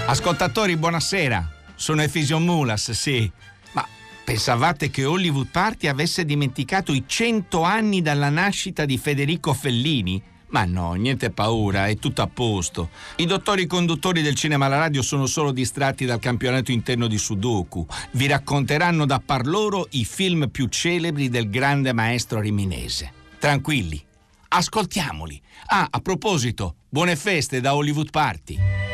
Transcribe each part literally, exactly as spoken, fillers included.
Ascoltatori, buonasera. Sono Efisio Mulas, sì. Ma pensavate che Hollywood Party avesse dimenticato i cento anni dalla nascita di Federico Fellini? Ma no, niente paura, è tutto a posto. I dottori conduttori del cinema alla radio sono solo distratti dal campionato interno di Sudoku. Vi racconteranno da par loro i film più celebri del grande maestro riminese. Tranquilli, ascoltiamoli. Ah, a proposito, buone feste da Hollywood Party.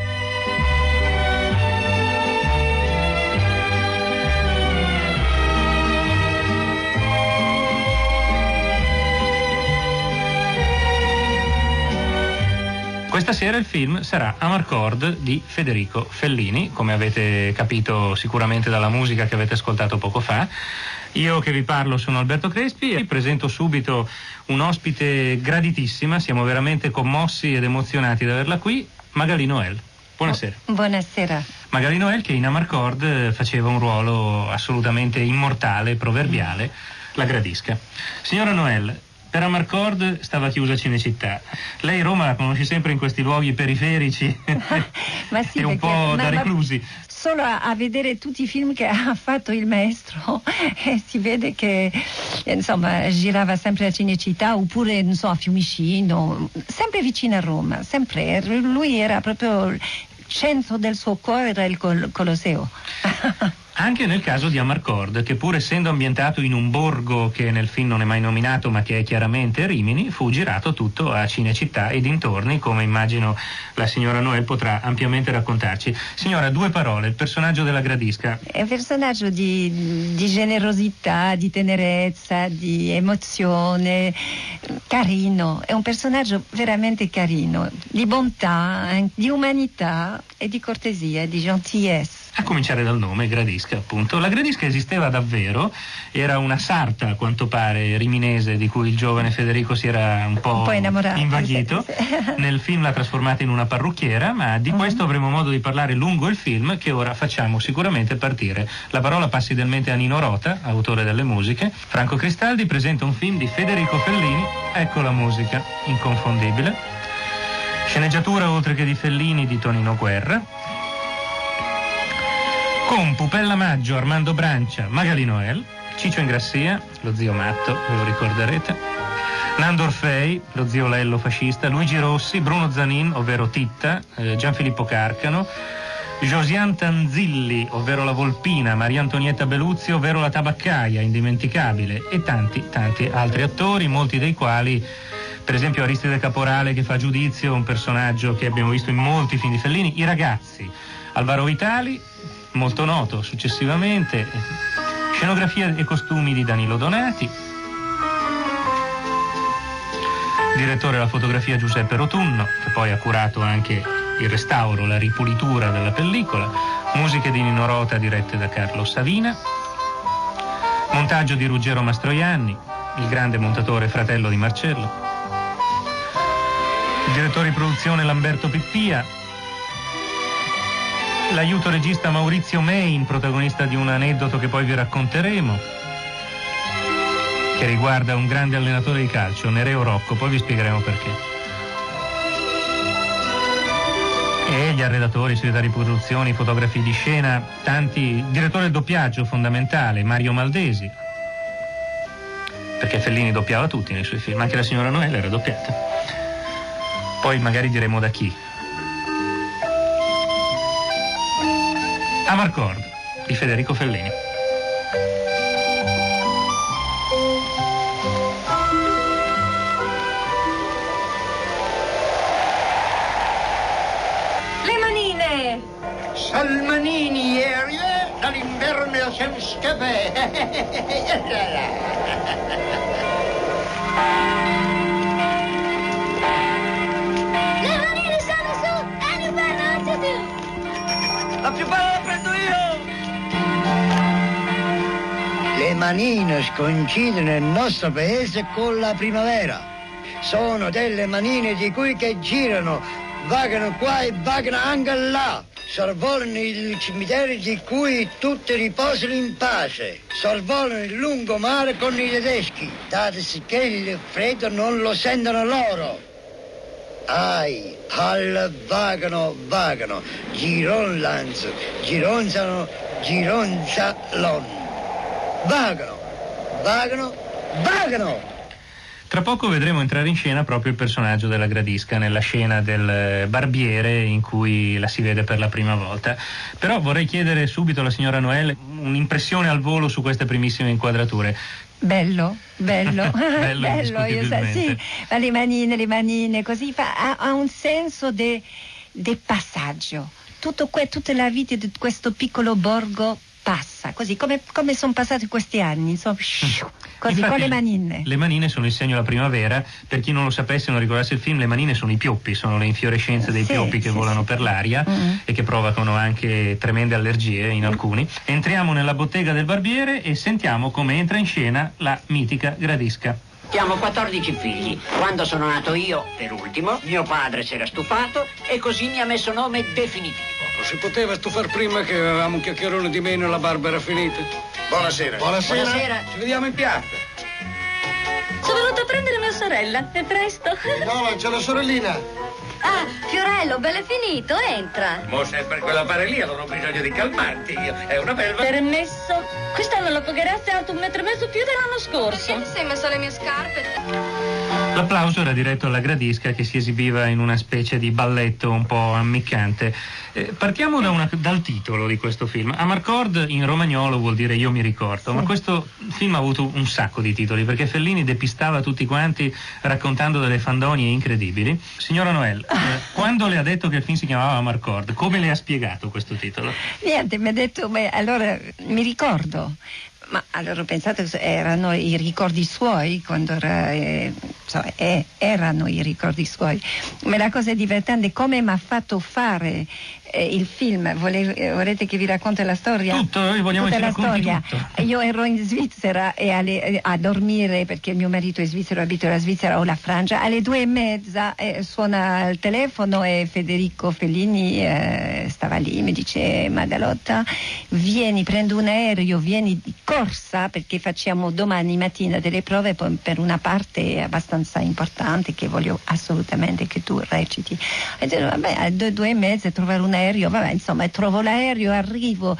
Questa sera il film sarà Amarcord di Federico Fellini, come avete capito sicuramente dalla musica che avete ascoltato poco fa. Io che vi parlo sono Alberto Crespi e vi presento subito un ospite graditissima, siamo veramente commossi ed emozionati di averla qui, Magali Noel. Buonasera. Buonasera. Magali Noel, che in Amarcord faceva un ruolo assolutamente immortale, proverbiale, la gradisca. Signora Noel, per Amarcord stava chiusa Cinecittà. Lei Roma la conosce sempre in questi luoghi periferici ma sì, e un perché, po' ma, da reclusi. Solo a, a vedere tutti i film che ha fatto il maestro eh, si vede che insomma girava sempre a Cinecittà oppure non so a Fiumicino, sempre vicino a Roma, sempre. Lui era proprio il centro del suo cuore, era il Col- Colosseo. Anche nel caso di Amarcord, che pur essendo ambientato in un borgo che nel film non è mai nominato ma che è chiaramente Rimini, fu girato tutto a Cinecittà e dintorni, come immagino la signora Noel potrà ampiamente raccontarci. Signora, due parole, il personaggio della gradisca. È un personaggio di, di generosità, di tenerezza, di emozione, carino, è un personaggio veramente carino, di bontà, di umanità e di cortesia, di gentilezza. A cominciare dal nome, Gradisca, appunto. La Gradisca esisteva davvero, era una sarta, a quanto pare, riminese, di cui il giovane Federico si era un po', un po' innamorato, invaghito. Sì, sì. Nel film l'ha trasformata in una parrucchiera, ma di questo uh-huh. avremo modo di parlare lungo il film, che ora facciamo sicuramente partire. La parola passi del mente a Nino Rota, autore delle musiche. Franco Cristaldi presenta un film di Federico Fellini, ecco la musica, inconfondibile. Sceneggiatura, oltre che di Fellini, di Tonino Guerra. Con Pupella Maggio, Armando Brancia, Magali Noel, Ciccio Ingrassia, lo zio matto, ve lo ricorderete, Nando Orfei, lo zio Lello fascista, Luigi Rossi, Bruno Zanin, ovvero Titta, eh, Gianfilippo Carcano, Josiane Tanzilli, ovvero la Volpina, Maria Antonietta Beluzzi, ovvero la Tabaccaia, indimenticabile, e tanti, tanti altri attori, molti dei quali, per esempio Aristide Caporale che fa Giudizio, un personaggio che abbiamo visto in molti film di Fellini, I ragazzi, Alvaro Vitali, molto noto successivamente, scenografia e costumi di Danilo Donati, direttore della fotografia Giuseppe Rotunno, che poi ha curato anche il restauro, la ripulitura della pellicola, musiche di Nino Rota dirette da Carlo Savina, montaggio di Ruggero Mastroianni, il grande montatore fratello di Marcello, il direttore di produzione Lamberto Pippia, l'aiuto regista Maurizio Main, protagonista di un aneddoto che poi vi racconteremo, che riguarda un grande allenatore di calcio, Nereo Rocco, poi vi spiegheremo perché. E gli arredatori, segretari di produzione, fotografi di scena, tanti, direttore del doppiaggio fondamentale, Mario Maldesi, perché Fellini doppiava tutti nei suoi film, anche la signora Noel era doppiata. Poi magari diremo da chi. Amarcord di Federico Fellini. Le manine! Salmanini area dall'inverno senza caffè. Le manine sono su e ne vanno anche tu. La più bella la prendo io! Le manine coincidono nel nostro paese con la primavera. Sono delle manine di cui che girano, vagano qua e vagano anche là. Sorvolano il cimitero di cui tutti riposano in pace. Sorvolano il lungomare con i tedeschi, datasi che il freddo non lo sentono loro. ai, al vagano, vagano, gironlanzo, gironzano, gironzalon. Vagano, vagano, vagano! Tra poco vedremo entrare in scena proprio il personaggio della Gradisca nella scena del barbiere in cui la si vede per la prima volta. Però vorrei chiedere subito alla signora Noel un'impressione al volo su queste primissime inquadrature. Bello, bello, bello, bello, io sa, sì, ma le manine, le manine, così fa, ha, ha un senso di passaggio. Tutto que, tutta la vita di questo piccolo borgo passa, così come, come sono passati questi anni, insomma, così. Infatti, con le manine. Le manine sono il segno della primavera. Per chi non lo sapesse, non ricordasse il film, le manine sono i pioppi, sono le infiorescenze dei sì, pioppi che sì, volano sì. per l'aria mm-hmm. e che provocano anche tremende allergie in alcuni. Entriamo nella bottega del barbiere e sentiamo come entra in scena la mitica Gradisca. Abbiamo quattordici figli. Quando sono nato io, per ultimo, mio padre si era stufato e così mi ha messo nome definitivo. Non si poteva stufar prima che avevamo un chiacchierone di meno e la barba era finita? Buonasera. Buonasera. Buonasera. Ci vediamo in piazza. Sono venuta a prendere mia sorella. È presto? No, non c'è la sorellina. Ah, Fiorello, bello finito, entra. Mo sempre quella pare lì, non ho bisogno di calmarti io. È una belva. Permesso? Quest'anno la pogherazza è alto un metro e mezzo più dell'anno scorso. Perché mi sei messo le mie scarpe? L'applauso era diretto alla Gradisca che si esibiva in una specie di balletto un po' ammiccante. Eh, partiamo da una, dal titolo di questo film. Amarcord in romagnolo vuol dire io mi ricordo, sì. Ma questo film ha avuto un sacco di titoli perché Fellini depistava tutti quanti raccontando delle fandonie incredibili. Signora Noel, eh, quando le ha detto che il film si chiamava Amarcord, come le ha spiegato questo titolo? Niente, mi ha detto, beh, allora mi ricordo. Ma allora ho pensato che erano i ricordi suoi quando era, eh, insomma, eh, erano i ricordi suoi. Ma la cosa divertente è come mi ha fatto fare eh, il film. Vole, eh, volete che vi racconti la storia? Tutto, noi vogliamo Tutta che la ci racconti storia. tutto. Io ero in Svizzera e alle, a dormire perché mio marito è svizzero, abito alla Svizzera, ho la Francia. Alle due e mezza eh, suona il telefono e Federico Fellini eh, stava lì, mi dice Maddalotta, vieni, prendo un aereo, vieni di corsa perché facciamo domani mattina delle prove per una parte abbastanza importante che voglio assolutamente che tu reciti. E dico, vabbè, alle due, due e mezza trovare un aereo, vabbè, insomma, trovo l'aereo, arrivo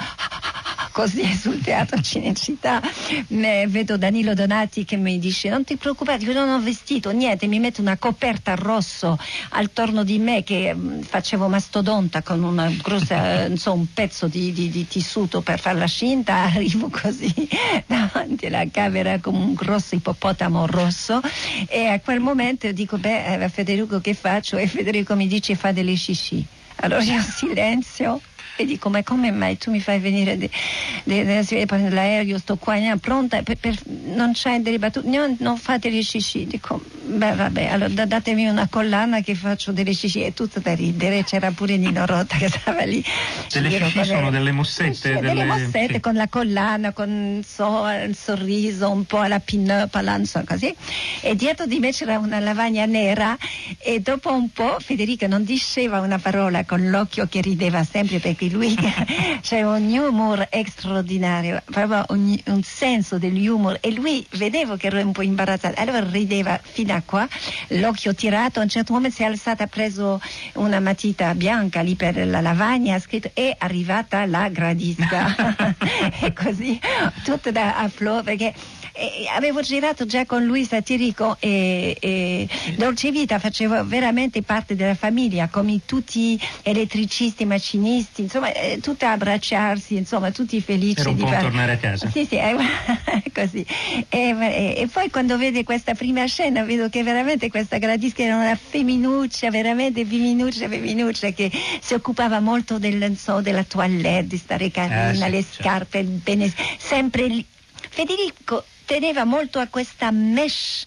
così sul teatro Cinecittà, me, vedo Danilo Donati che mi dice non ti preoccupare, io non ho vestito niente, mi mette una coperta rosso attorno di me che mh, facevo mastodonta con una grossa, insomma, un pezzo di, di, di tessuto per fare la cinta, arrivo così davanti alla camera come un grosso ippopotamo rosso e a quel momento dico beh Federico che faccio? E Federico mi dice fa delle scisci. Allora io silenzio e dico ma come mai tu mi fai venire de, de, de, de, de, l'aereo, sto qua pronta per, per, non c'è delle battute, no, non fate le scisci. Dico beh vabbè, allora datemi una collana che faccio delle scisci. E tutto da ridere, c'era pure Nino Rota che stava lì. Delle scisci sono delle mossette, sì, delle, delle mossette sì. Con la collana, con so, il sorriso un po' alla pin-up, all'anso così, e dietro di me c'era una lavagna nera e dopo un po' Federica non diceva una parola con l'occhio che rideva sempre perché lui c'era un humor straordinario, proprio un, un senso dell'humor e lui vedevo che ero un po' imbarazzato, allora rideva fino a qua, l'occhio tirato, a un certo momento si è alzata, ha preso una matita bianca lì per la lavagna, ha scritto è arrivata la Gradisca e così tutto da applaudire perché eh, avevo girato già con lui Satirico e, e Dolce Vita faceva veramente parte della famiglia come tutti elettricisti, macchinisti, insomma eh, tutti a abbracciarsi, insomma tutti felici era un di po' fare... tornare a casa. Sì, sì, eh, così e, e, e poi quando vede questa prima scena vedo che veramente questa Gradisca era una femminuccia, veramente femminuccia, femminuccia che si occupava molto del, so, della toilette, di stare carina, eh, sì, le certo. scarpe, il bene, sempre lì. Federico teneva molto a questa mesh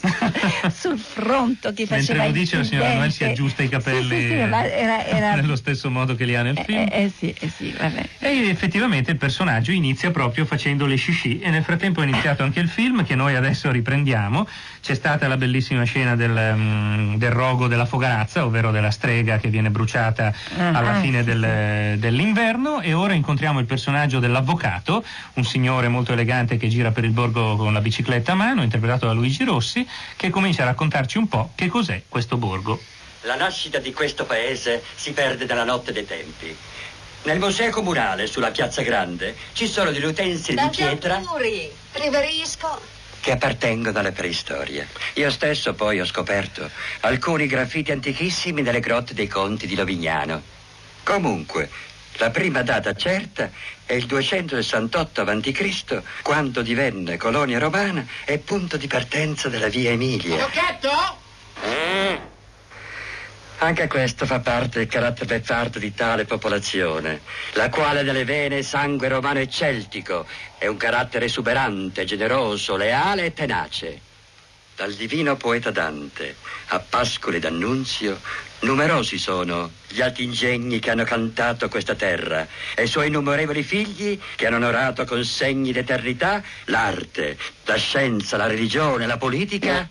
sul fronte che faceva. Mentre lo dice la signora Noel si aggiusta i capelli sì, sì, sì, era, era... nello stesso modo che li ha nel film. Eh, eh, sì, eh sì, vabbè. E effettivamente il personaggio inizia proprio facendo le scisci e nel frattempo è iniziato anche il film che noi adesso riprendiamo. C'è stata la bellissima scena del, um, del rogo della fogarazza, ovvero della strega che viene bruciata ah, alla fine sì, del, sì. dell'inverno e ora incontriamo il personaggio dell'avvocato, un signore molto elegante che gira per il borgo con la bicicletta a mano, interpretato da Luigi Rossi, che comincia a raccontarci un po' che cos'è questo borgo. La nascita di questo paese si perde nella notte dei tempi. Nel museo comunale, sulla piazza Grande, ci sono delle utenze di pietra preferisco che appartengono alla preistoria. Io stesso poi ho scoperto alcuni graffiti antichissimi nelle grotte dei Conti di Lovignano. Comunque, la prima data certa è il duecentosessantotto avanti Cristo, quando divenne colonia romana e punto di partenza della via Emilia. Avvocato? Mm. Anche questo fa parte del carattere beffardo di tale popolazione, la quale nelle vene sangue romano e celtico, è un carattere esuberante, generoso, leale e tenace. Dal divino poeta Dante a Pascoli d'Annunzio, numerosi sono gli alti ingegni che hanno cantato questa terra e i suoi innumerevoli figli che hanno onorato con segni d'eternità l'arte, la scienza, la religione, la politica.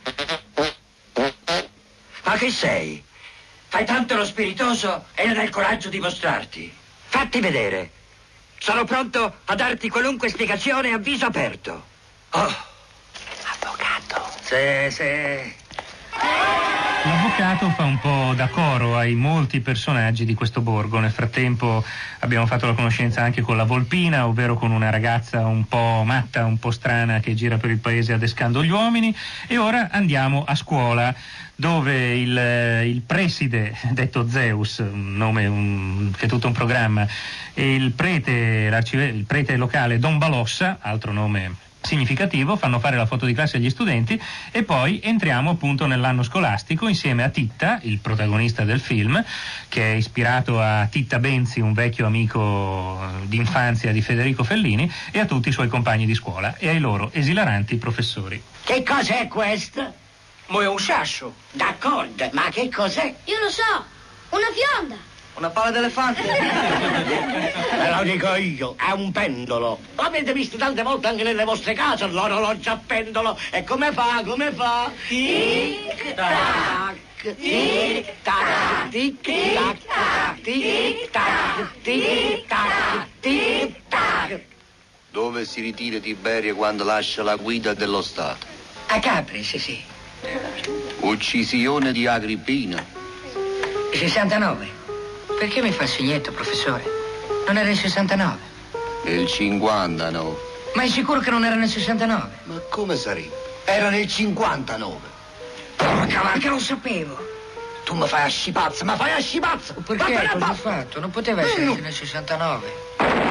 Ma che sei? Fai tanto lo spiritoso e non hai il coraggio di mostrarti. Fatti vedere. Sono pronto a darti qualunque spiegazione a viso aperto. Oh. Avvocato. Sì, sì. L'avvocato fa un po' da coro ai molti personaggi di questo borgo. Nel frattempo abbiamo fatto la conoscenza anche con la Volpina, ovvero con una ragazza un po' matta, un po' strana che gira per il paese adescando gli uomini. E ora andiamo a scuola, dove il, il preside, detto Zeus, un nome un, che è tutto un programma, e il prete, il prete locale Don Balossa, altro nome significativo, fanno fare la foto di classe agli studenti e poi entriamo appunto nell'anno scolastico insieme a Titta, il protagonista del film, che è ispirato a Titta Benzi, un vecchio amico d'infanzia di Federico Fellini, e a tutti i suoi compagni di scuola e ai loro esilaranti professori. Che cos'è questo? Mo è un sasso. D'accordo, ma che cos'è? Io lo so, una fionda. Una palla d'elefante? Ve lo dico io, è un pendolo. L'avete visto tante volte anche nelle vostre case l'orologio a pendolo. E come fa, come fa? Tic tac, tic tac, tic tac, tic tac, tic tac, tic tac. Dove si ritira Tiberio quando lascia la guida dello Stato? A Capri, sì sì. Uccisione di Agrippina. sessantanove. Perché mi fa il segnetto, professore? Non era il sessantanove? Nel cinquantanove. Ma è sicuro che non era nel sessantanove? Ma come sarebbe? Era nel cinquantanove. Porca vacca, lo sapevo. Tu mi fai a scipazzo, ma fai a scipazzo! Perché? Cosa ho fatto? Non poteva essere no. nel sessantanove.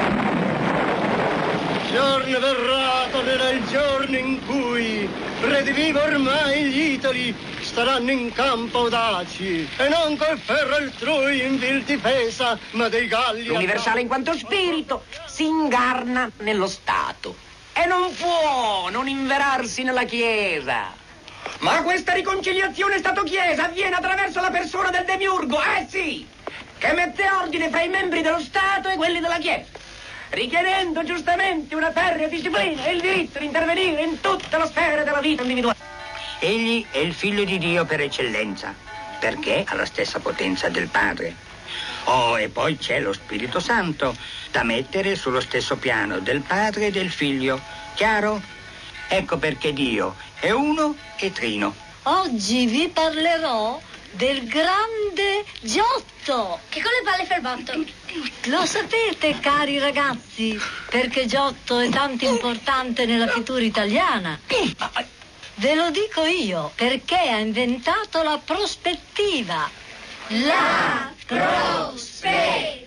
Il giorno verrà, tornerà il giorno in cui, redivivo ormai gli Itali, staranno in campo audaci, e non col ferro altrui in vil difesa, ma dei galli... L'universale in quanto spirito si incarna nello Stato e non può non inverarsi nella Chiesa. Ma questa riconciliazione Stato-Chiesa avviene attraverso la persona del demiurgo, eh sì, che mette ordine fra i membri dello Stato e quelli della Chiesa, richiedendo giustamente una ferrea disciplina e il diritto di intervenire in tutte le sfere della vita individuale. Egli è il figlio di Dio per eccellenza, perché ha la stessa potenza del Padre. Oh, e poi c'è lo Spirito Santo, da mettere sullo stesso piano del Padre e del Figlio. Chiaro? Ecco perché Dio è uno e trino. Oggi vi parlerò del grande Giotto. Che con le palle fa il botto. Lo sapete, cari ragazzi, perché Giotto è tanto importante nella pittura italiana? Ve lo dico io, perché ha inventato la prospettiva. La prospettiva.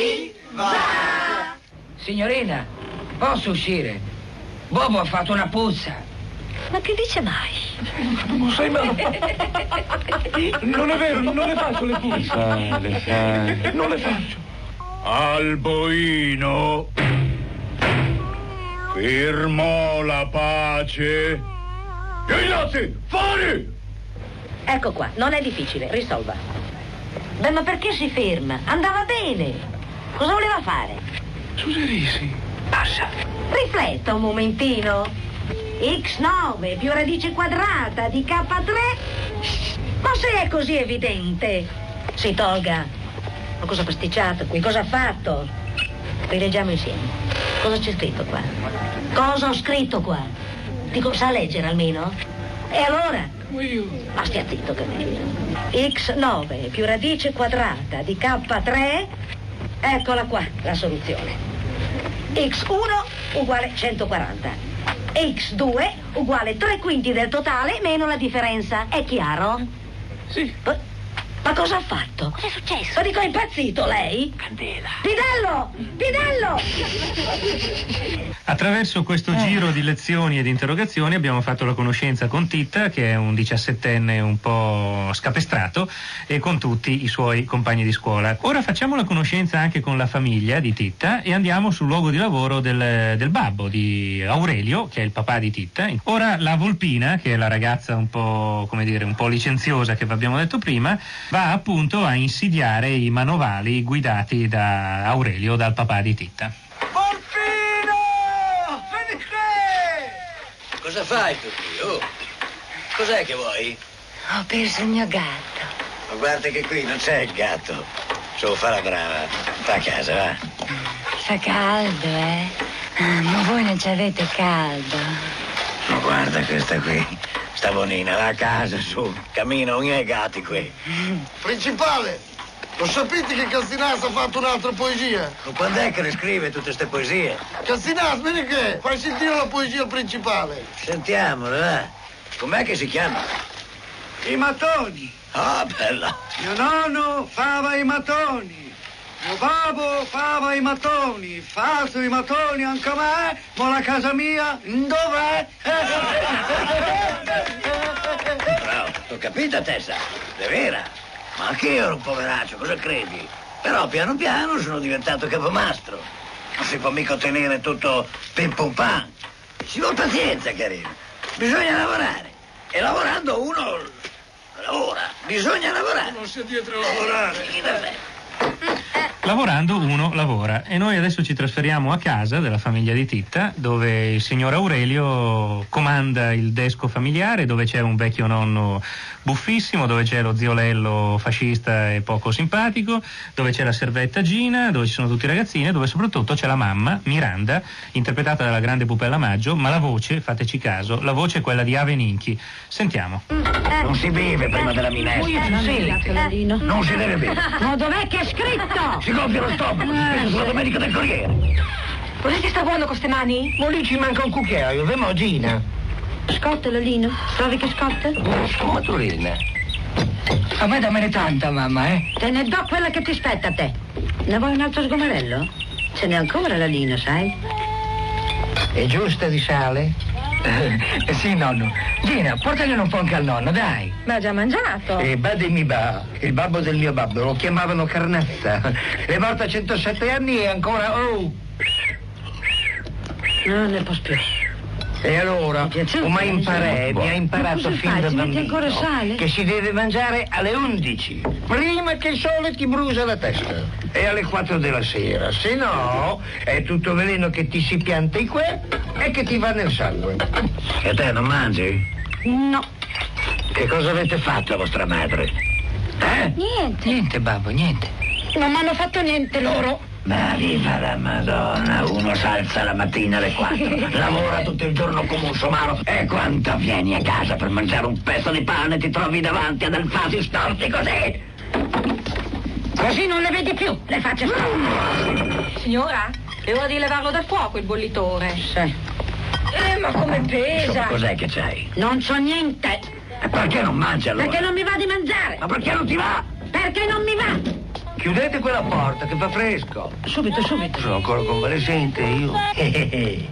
Signorina, posso uscire? Bobo ha fatto una puzza. Ma che dice mai? Non sai mai. Non è vero, non le faccio le puzze. Sale, sale. Non le faccio. Alboino firmò la pace. Ignazzi, fuori! Ecco qua, non è difficile, risolva. Beh, ma perché si ferma? Andava bene. Cosa voleva fare? Suserisi. Passa. Rifletta un momentino. X nove più radice quadrata di K tre. Ma se è così evidente, si tolga. Ma cosa ha pasticciato qui? Cosa ha fatto? Rileggiamo insieme. Cosa c'è scritto qua? Cosa ho scritto qua? Dico, sa leggere almeno? E allora? Ma stia zitto che è meglio. x nove più radice quadrata di k tre, eccola qua la soluzione. x uno uguale centoquaranta. x due uguale tre quinti del totale meno la differenza. È chiaro? Sì. Ma cosa ha fatto? Cosa è successo? Ma dico, è impazzito lei? Candela. Pidello! Pidello! Attraverso questo Eh. giro di lezioni ed interrogazioni abbiamo fatto la conoscenza con Titta, che è un diciassettenne un po' scapestrato, e con tutti i suoi compagni di scuola. Ora facciamo la conoscenza anche con la famiglia di Titta e andiamo sul luogo di lavoro del, del babbo di Aurelio, che è il papà di Titta. Ora la Volpina, che è la ragazza un po', come dire, un po' licenziosa che vi abbiamo detto prima, va appunto a insidiare i manovali guidati da Aurelio, dal papà di Titta. Vieni qui! Cosa fai tu qui? Oh, cos'è che vuoi? Ho perso il mio gatto. Ma guarda che qui non c'è il gatto. Su, fa la brava. Va a casa, va. Fa caldo, eh? Ah, ma voi non ci avete caldo. Ma guarda questa qui. Sta bonina, va a casa, su. Cammina, non è gatti qui. Principale, lo sapete che Castinaz ha fatto un'altra poesia? Ma quando è che le scrive tutte queste poesie? Castinaz, vieni che? Fai sentire la poesia al principale. Sentiamola, va. Com'è che si chiama? I mattoni. Ah, bella. Mio nonno fava i mattoni. Mio babbo fava i mattoni. Faccio i mattoni anche a me, ma la casa mia dov'è? Bravo, ho capito, Tessa. È vera. Ma anch'io ero un poveraccio, cosa credi? Però piano piano sono diventato capomastro. Non si può mica ottenere tutto pim pum pam. Ci vuole pazienza, carino. Bisogna lavorare. E lavorando uno lavora. Bisogna lavorare. Non sia dietro a lavorare. Chi da me? Lavorando uno lavora, e noi adesso ci trasferiamo a casa della famiglia di Titta, dove il signor Aurelio comanda il desco familiare, dove c'è un vecchio nonno buffissimo, dove c'è lo zio Lello fascista e poco simpatico, dove c'è la servetta Gina, dove ci sono tutti i ragazzini, e dove soprattutto c'è la mamma, Miranda, interpretata dalla grande Pupella Maggio, ma la voce, fateci caso, la voce è quella di Ave Ninchi. Sentiamo. Non si beve prima della minestra. Non si deve bere. Ma dov'è che è scritto? Si gonfia lo stomaco, si spende sulla domenica del Corriere. Volete sta buono con ste mani? Ma lì ci manca un cucchiaio, vemogina. Scottalo, Lino. Trovi che scotta? Scomaturina. A me dammene tanta, mamma, eh? Te ne do quella che ti spetta a te. Ne vuoi un altro sgomarello? Ce n'è ancora la Lino, sai? È giusta di sale? Eh, sì, nonno. Gina, portagliene un po' anche al nonno, dai. Ma ha già mangiato. E Bademi Ba, il babbo del mio babbo, lo chiamavano Carnazza. È morto a centosette anni e ancora... Oh! No, ne posso più. E allora, ma imparè, mi ha imparato fin da bambino che si deve mangiare alle undici, prima che il sole ti brucia la testa, e alle quattro della sera, se no è tutto veleno che ti si pianta in qua e che ti va nel sangue. E te non mangi? No. Che cosa avete fatto a vostra madre? Eh? Niente. Niente, babbo, niente. Non mi hanno fatto niente loro. Ma viva la Madonna, uno s'alza la mattina alle quattro, lavora tutto il giorno come un somaro, e quando vieni a casa per mangiare un pezzo di pane ti trovi davanti ad alfasi storti così. Così non le vedi più, le facce storte. Signora, è ora di levarlo dal fuoco il bollitore. Sì. Eh, ma come pesa? Insomma, cos'è che c'hai? Non c'ho niente. E perché non mangi allora? Perché non mi va di mangiare. Ma perché non ti va? Perché non mi va. Chiudete quella porta che fa fresco. Subito, subito. Sono ancora convalescente io. Ma che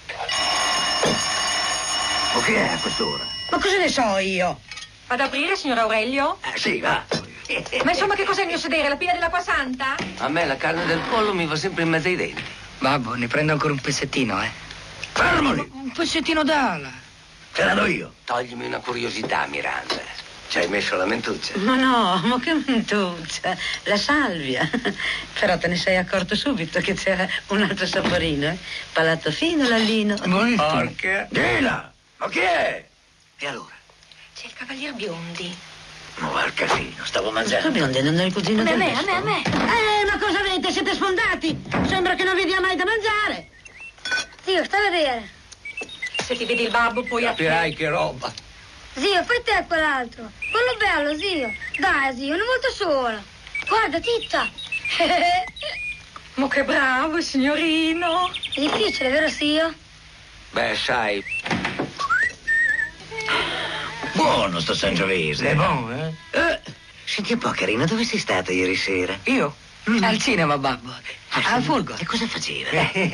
è a quest'ora? Ma cosa ne so io? Ad aprire, signor Aurelio? Eh, sì, va. Ma insomma, che cos'è il mio sedere? La pila dell'acqua santa? A me la carne del pollo mi va sempre in mezzo ai denti. Babbo, ne prendo ancora un pezzettino, eh. Fermo lì. Un pezzettino d'ala. Ce la do io. Toglimi una curiosità, Miranda. Ci hai messo la mentuccia? Ma no, ma che mentuccia. La salvia. Però te ne sei accorto subito che c'era un altro saporino, eh? Palato fino, l'allino. Porca. Dila, ma chi è? E allora? C'è il cavalier Biondi. Ma va al casino, stavo mangiando. Tu Biondi non è il cugino A me, del a me, a me, a me. Eh, ma cosa avete? Siete sfondati? Sembra che non vi dia mai da mangiare. Zio, stai a vedere. Se ti vedi il babbo, poi a Capirai che roba. Zio, per te quell'altro. Quello bello, zio. Dai, zio, una volta sola. Guarda, Titta. Ma che bravo, signorino. È difficile, vero, zio? Beh, sai. Buono sto Sangiovese. È buono, eh? eh? Senti un po', carina, dove sei stata ieri sera? Io? Mm. Al cinema, babbo. Ah, Al Fulgor. E cosa faceva?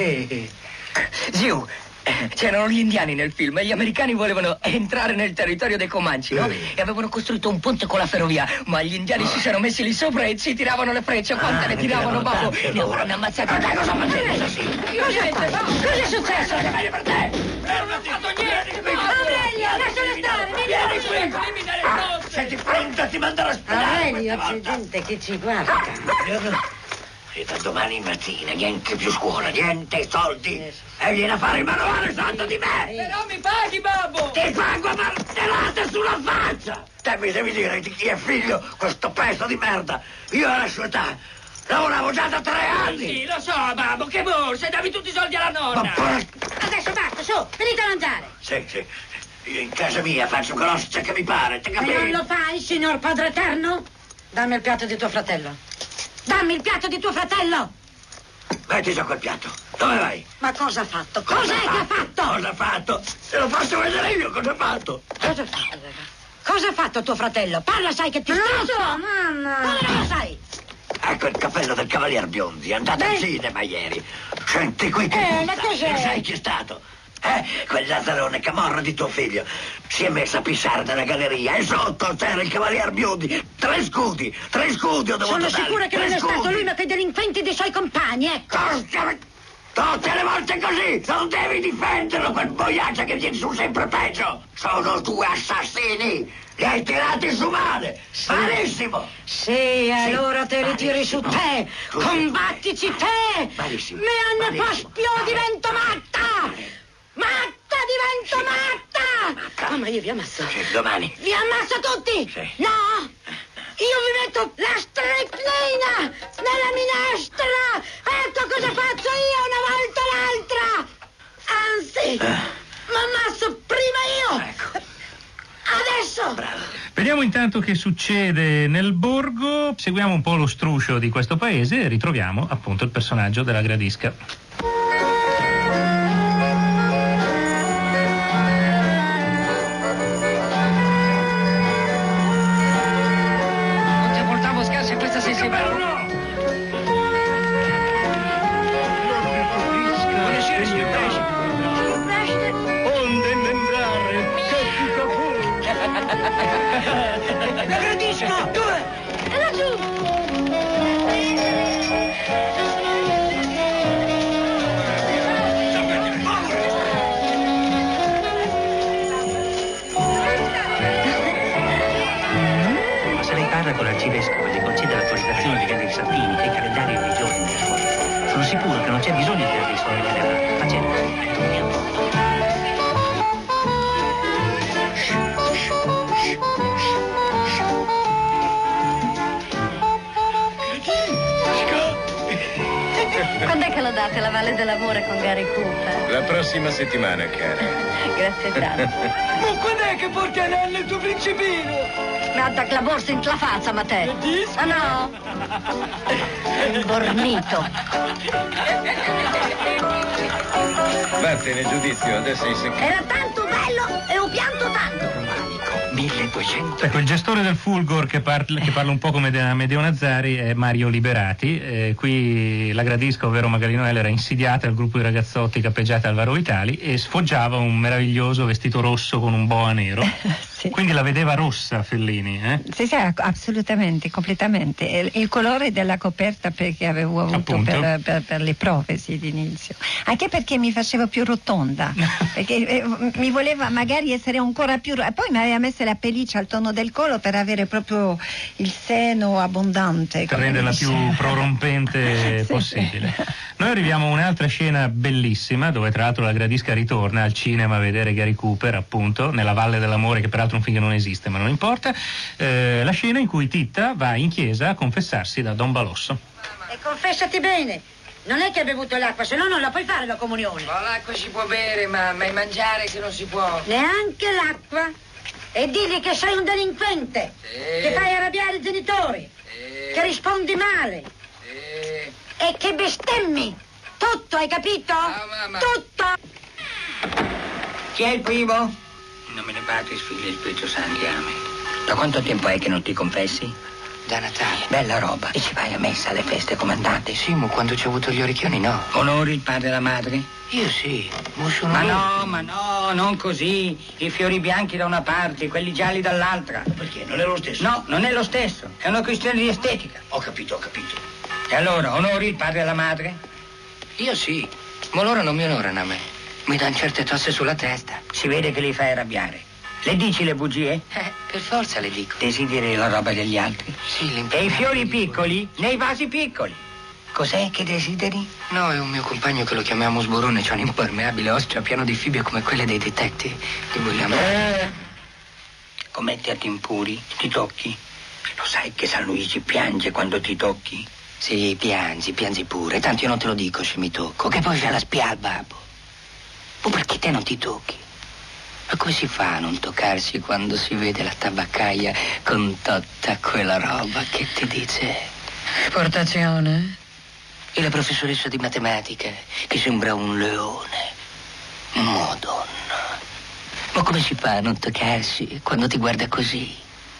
Zio, c'erano gli indiani nel film e gli americani volevano entrare nel territorio dei Comanci, no? E avevano costruito un ponte con la ferrovia, ma gli indiani si sono messi lì sopra e ci tiravano le frecce. Quante Ah, ne ne tiravano, tiravano babbo? tante, E ora mi ammazzate. Ma dai, cosa facevi? Cosa sì? Cosa Cosa è successo? Cosa meglio per te? Non ho fatto niente! Aurelio, lascialo stare, Vieni qui! Fammi dare Ah, senti pronta, ti mando all'ospedale! Aurelio, c'è gente che ci guarda. E da domani mattina niente più scuola, niente soldi. E vieni a fare il manovale santo di me! Però mi paghi, babbo! Ti pago a martellate sulla faccia! Te mi devi dire di chi è figlio questo pezzo di merda! Io alla sua età lavoravo già da tre anni! Sì, lo so, babbo, che borse, davi tutti i soldi alla nonna! Ma por... Adesso basta, su, venite a mangiare. Sì, sì. Io in casa mia faccio conoscere che mi pare, ti Se capisci? non lo fai, signor Padre Eterno, dammi il piatto di tuo fratello. Dammi il piatto di tuo fratello! Metti già quel piatto. Dove vai? Ma cosa ha fatto? Cos'è che ha fatto? Cosa ha fatto? Te lo faccio vedere io cosa ha fatto. Cosa ha fatto, raga? Cosa ha fatto tuo fratello? Parla, sai che ti Non lo stuzzo! so, mamma. Come non lo sai? Ecco il cappello del Cavalier Biondi, è andato Beh. al cinema ieri. Senti qui che Eh, puta. ma cos'è? Lo sai chi è stato? Eh, quel Lazzarone camorra di tuo figlio si è messo a pissare nella galleria e sotto c'era il Cavalier Biondi. Tre scudi, tre scudi ho dovuto Sono dare. sicura che tre non è scudi. stato lui, ma che delinquenti dei suoi compagni, ecco! Cosa? Tutte le volte così! Non devi difenderlo, quel boiaccia che viene su sempre peggio! Sono due assassini! Li hai tirati su male! Malissimo! Sì, allora te li tiri su te! Tu- Combattici te! Malissimo, Mi hanno malissimo. io divento matta! Matta, divento matta! Oh, ma io vi ammazzo. Sì, domani. Vi ammazzo tutti! Sì. No! Io vi metto la strepnina nella minestra! Ecco cosa faccio io una volta l'altra! Anzi, Eh. mi ammazzo prima io! Ecco. Adesso! Bravo. Vediamo intanto che succede nel borgo, seguiamo un po' lo struscio di questo paese e ritroviamo appunto il personaggio della Gradisca. Non ti portavo scarsi a questa sensibilità. Buonasera, signor Pesce. Onde membrare, che ti capo. La Gradisca! Dove? È laggiù. Ma se lei parla con l'arcivescovo e gli concede l'autorizzazione di vendere i santini e i calendari religiosi nelle scuole, sono sicuro che non c'è bisogno di avere dei soldi nelle mani. Facendo Quando è che lo date la Valle dell'Amore con Gary Cooper? La prossima settimana, cara. Grazie tanto. Ma quando è che porti anello il tuo principino? Mi attacca la borsa in la faccia, ma te. Ah no? Bornito. Vattene, giudizio, adesso sei secco. Era tanto bello e ho pianto tanto! milleduecento. Ecco, il gestore del Fulgor che parla, che parla un po' come De- Amedeo Nazzari è Mario Liberati. Eh, qui la Gradisca, ovvero Magali Noel, era insidiata al gruppo di ragazzotti cappeggiati al Varo Vitali e sfoggiava un meraviglioso vestito rosso con un boa nero. Sì. Quindi la vedeva rossa Fellini, eh? Sì, sì, assolutamente, completamente. Il, il colore della coperta perché avevo avuto per, per, per le prove sì, d'inizio. Anche perché mi facevo più rotonda, perché eh, mi voleva magari essere ancora più... E poi mi aveva messo la pelliccia al tono del collo per avere proprio il seno abbondante. Per renderla più prorompente sì, possibile. Sì. Noi arriviamo a un'altra scena bellissima, dove tra l'altro la Gradisca ritorna al cinema a vedere Gary Cooper, appunto, nella Valle dell'Amore, che peraltro è un film che non esiste, ma non importa. Eh, la scena in cui Titta va in chiesa a confessarsi da Don Balosso. E confessati bene, non è che hai bevuto l'acqua, se no non la puoi fare la comunione. Ma l'acqua si può bere, mamma, e mangiare che non si può. Neanche l'acqua. E digli che sei un delinquente, Sì. che fai arrabbiare i genitori, Sì. che rispondi male Sì. e che bestemmi. Tutto, hai capito? No, mamma. Tutto! Chi è il primo? In nome del Padre, Figlio e Spirito Santo, amen. Da quanto tempo è che non ti confessi? Da Natale. Bella roba. E ci vai a messa alle feste, comandante? Sì, ma quando ci ho avuto gli orecchioni no. Onori il padre e la madre? Io sì, ma sono Ma io. no, ma no, non così. I fiori bianchi da una parte, quelli gialli dall'altra. Perché? Non è lo stesso? No, non è lo stesso. È una questione di estetica. Ho capito, ho capito. E allora, onori il padre e la madre? Io sì, ma loro non mi onorano a me. Mi danno certe tosse sulla testa. Si vede che li fai arrabbiare. Le dici le bugie? Eh, per forza le dico. Desideri la roba degli altri? Sì, E i fiori piccoli? Nei vasi piccoli. Cos'è che desideri? No, è un mio compagno che lo chiamiamo Sborone, c'ha un impermeabile ossea pieno di fibbie come quelle dei detective. Li vogliamo... Eh. Commetti atti impuri, ti tocchi. Lo sai che San Luigi piange quando ti tocchi? Sì, piangi, piangi pure. Tanto io non te lo dico se mi tocco, che poi c'è la spia al babbo. Ma perché te non ti tocchi? Ma come si fa a non toccarsi quando si vede la tabaccaia con tutta quella roba che ti dice? Portazione? E la professoressa di matematica che sembra un leone. Madonna. Ma come si fa a non toccarsi quando ti guarda così?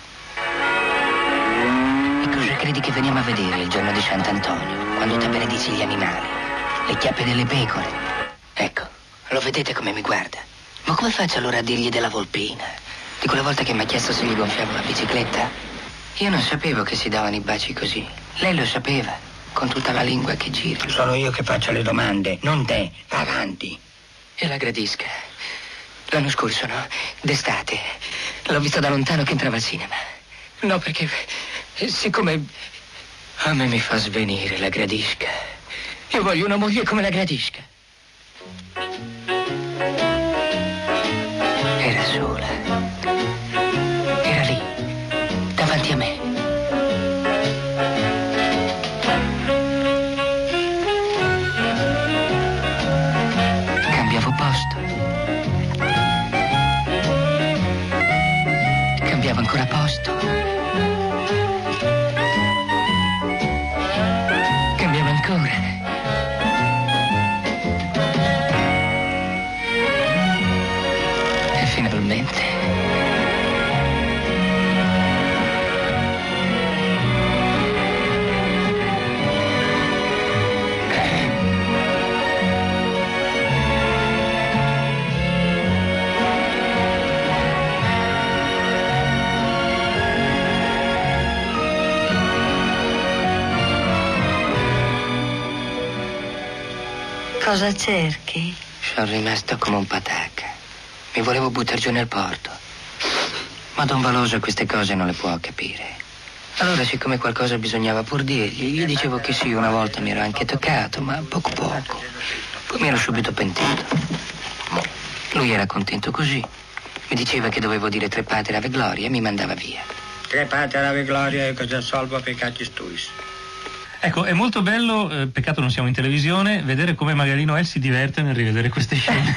E cosa credi che veniamo a vedere il giorno di Sant'Antonio, quando te benedici gli animali? Le chiappe delle pecore. Ecco, lo vedete come mi guarda? Ma come faccio allora a dirgli della volpina? Di quella volta che mi ha chiesto se gli gonfiavo la bicicletta? Io non sapevo che si davano i baci così. Lei lo sapeva, con tutta la lingua che gira. Sono io che faccio le domande, non te. Va avanti. E la gradisca. L'anno scorso, no? D'estate. L'ho visto da lontano che entrava al cinema. No, perché... siccome... a me mi fa svenire la gradisca. Io voglio una moglie come la gradisca. Era sola. Era lì, davanti a me. Cambiavo posto. Cambiavo ancora posto. Cambiavo ancora. Finalmente. Cosa cerchi? Sono rimasto come un patacca. Mi volevo buttare giù nel porto. Ma Don Valoso queste cose non le può capire. Allora, siccome qualcosa bisognava pur dirgli, gli dicevo che sì, una volta mi ero anche toccato, ma poco poco. Poi mi ero subito pentito. Lui era contento così. Mi diceva che dovevo dire tre pater ave gloria e mi mandava via. Tre pater ave gloria e cosa salva peccati tuis. Ecco, è molto bello, eh, peccato non siamo in televisione, vedere come Magali Noel si diverte nel rivedere queste scene.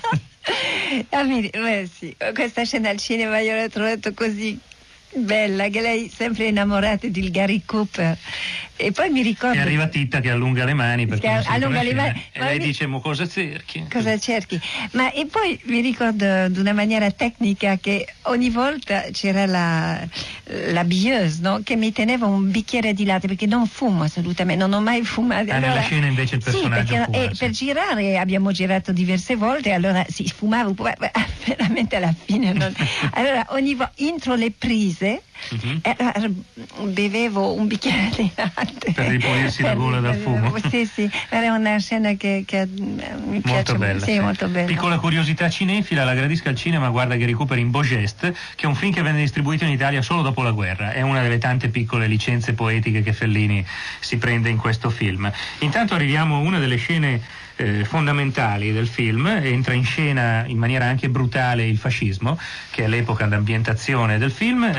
Ah, mi- eh, sì, questa scena al cinema io l'ho trovata così bella, che lei è sempre innamorata di Gary Cooper. E poi mi ricordo... E arriva Titta che allunga le mani perché Che non sente allunga la le scena. mani, E ma lei mi- dice, ma cosa cerchi? Cosa cerchi? Ma e poi mi ricordo di una maniera tecnica che ogni volta c'era la, la bieuse, no? Che mi teneva un bicchiere di latte, perché non fumo assolutamente, non ho mai fumato. Ah, nella scena invece il personaggio sì, perché fuma, eh, sì. per girare abbiamo girato diverse volte, allora si fumava un po', ma veramente alla fine non... Allora ogni volta entro le prise Mhm. eh, eh, bevevo un bicchiere di latte Per ripulirsi la gola dal fumo. Sì, sì, era una scena che, che eh, mi piace Molto bella, sì, sì. molto bella. Piccola curiosità cinefila, la gradisca al cinema, guarda che recupera in Beau Geste, che è un film che venne distribuito in Italia solo dopo la guerra. È una delle tante piccole licenze poetiche che Fellini si prende in questo film. Intanto arriviamo a una delle scene eh, fondamentali del film. Entra in scena in maniera anche brutale il fascismo, che è l'epoca d'ambientazione del film. Eh,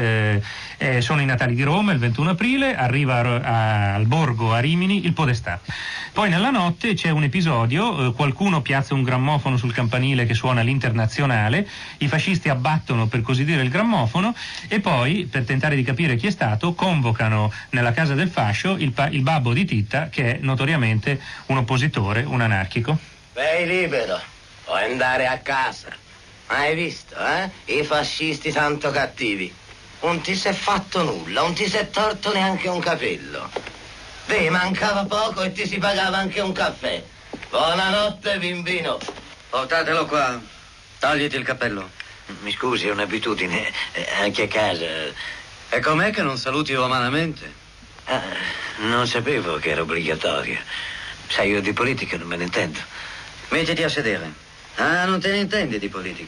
Eh, sono i Natali di Roma, il ventuno aprile, arriva a, a, al borgo a Rimini il Podestà. Poi nella notte c'è un episodio, eh, qualcuno piazza un grammofono sul campanile che suona l'Internazionale, i fascisti abbattono per così dire il grammofono e poi, per tentare di capire chi è stato, convocano nella casa del fascio il, pa- il babbo di Titta, che è notoriamente un oppositore, un anarchico. Sei libero, puoi andare a casa. Hai visto, eh? I fascisti tanto cattivi. Non ti si è fatto nulla, non ti si è torto neanche un capello. Beh, mancava poco e ti si pagava anche un caffè. Buonanotte, bimbino. Portatelo qua. Togliti il cappello. Mi scusi, è un'abitudine, eh, anche a casa. E com'è che non saluti umanamente? Ah, non sapevo che era obbligatorio. Sai, io di politica non me ne intendo. Mettiti a sedere. Ah, non te ne intendi di politica.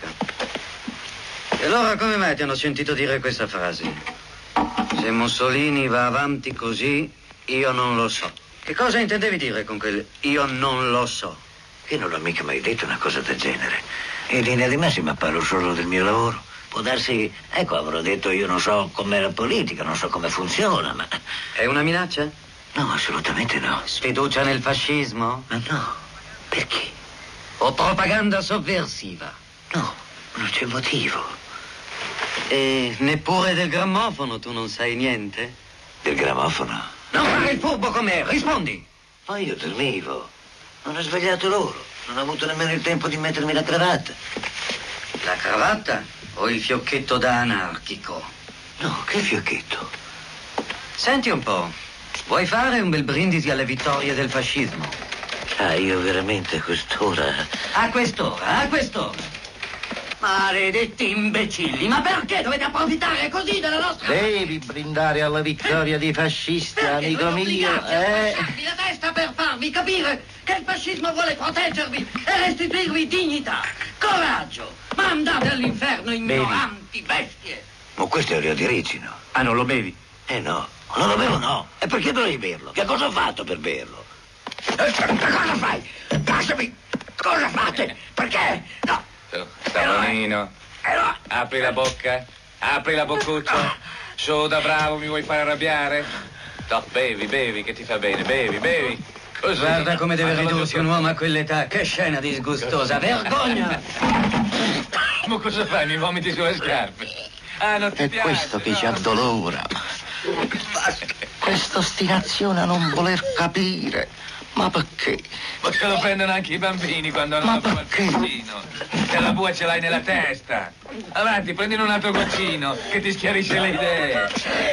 E allora come mai ti hanno sentito dire questa frase? Se Mussolini va avanti così, io non lo so. Che cosa intendevi dire con quel io non lo so? Io non l'ho mica mai detto una cosa del genere. In linea di massima parlo solo del mio lavoro. Può darsi, ecco, avrò detto io non so com'è la politica, non so come funziona, ma... È una minaccia? No, assolutamente no. Sfiducia nel fascismo? Ma no, perché? O propaganda sovversiva? No, non c'è motivo. E neppure del grammofono tu non sai niente? Del grammofono? Non fare il furbo con me, rispondi! Ma io dormivo. Non ho svegliato loro. Non ho avuto nemmeno il tempo di mettermi la cravatta. La cravatta o il fiocchetto da anarchico? No, che fiocchetto? Senti un po', vuoi fare un bel brindisi alle vittorie del fascismo? Ah, io veramente a quest'ora... A quest'ora, a quest'ora. Maledetti imbecilli, ma perché dovete approfittare così della nostra... Devi brindare alla vittoria dei fascisti, perché amico mio, eh? Perché la testa per farvi capire che il fascismo vuole proteggervi e restituirvi dignità, coraggio, ma andate all'inferno, ignoranti bestie. Ma questo è olio di ricino. Ah, non lo bevi? Eh no, non lo bevo no. E perché dovrei berlo? Che cosa ho fatto per berlo? Eh, cosa fai? Lasciami! Cosa fate? Perché? No! Tavolino, apri la bocca, apri la boccuccia. Su da bravo, mi vuoi fare arrabbiare? No, bevi, bevi, che ti fa bene, bevi, bevi. Così. Guarda come deve ridursi un uomo a quell'età, che scena disgustosa, vergogna! Ma cosa fai? Mi vomiti sulle scarpe? Ah, non ti È piace? questo che no. ci addolora. Questa ostinazione a non voler capire. Ma perché? Ma se lo prendono anche i bambini quando hanno Ma fatto qualche goccino. E la bua ce l'hai nella testa. Avanti, prendine un altro goccino che ti schiarisce le idee.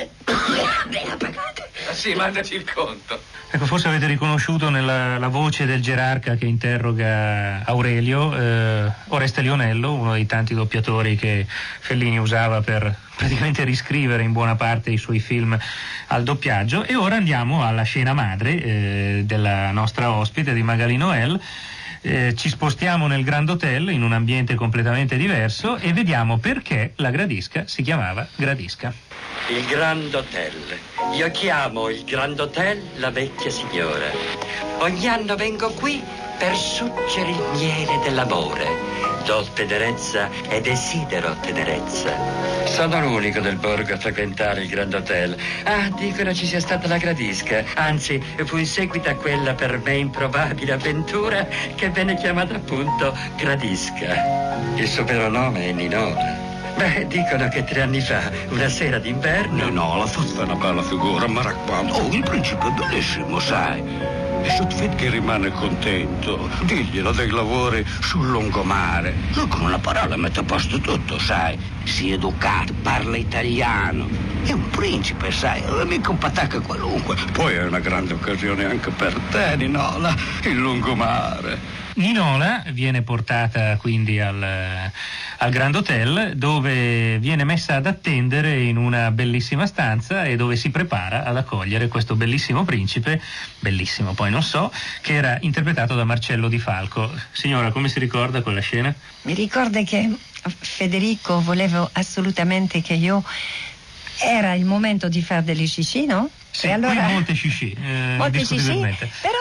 Ah, sì, mandaci il conto. Ecco, forse avete riconosciuto nella la voce del gerarca che interroga Aurelio, eh, Oreste Lionello, uno dei tanti doppiatori che Fellini usava per praticamente riscrivere in buona parte i suoi film al doppiaggio. E ora andiamo alla scena madre eh, della nostra ospite, di Magali Noel. Eh, ci spostiamo nel Grand Hotel in un ambiente completamente diverso e vediamo perché la Gradisca si chiamava Gradisca. Il Grand Hotel. Io chiamo il Grand Hotel la vecchia signora. Ogni anno vengo qui per succere il miele dell'amore. Do tenerezza e desidero tenerezza. Sono l'unico del borgo a frequentare il Grand Hotel. Ah, dicono ci sia stata la Gradisca. Anzi, fu in seguito a quella per me improbabile avventura che venne chiamata appunto Gradisca. Il suo vero nome è Ninola. Beh, dicono che tre anni fa, una sera d'inverno... No, la fatto una bella figura, ma raccomando. Oh, il principe è bellissimo, sai. E se ti vedi che rimane contento, diglielo dei lavori sul lungomare. Lui con una parola mette a posto tutto, sai. Si è educato, parla italiano. È un principe, sai, non è mica un patacca qualunque. Poi è una grande occasione anche per te, Ninola, il lungomare. Ninola viene portata quindi al, al Grand Hotel, dove viene messa ad attendere in una bellissima stanza e dove si prepara ad accogliere questo bellissimo principe, bellissimo poi non so, che era interpretato da Marcello Di Falco. Signora, come si ricorda quella scena? Mi ricorda che Federico voleva assolutamente che io... Era il momento di fare delle scisci, no? Sì, e allora... qui molte scisci, eh, molte scisci, però non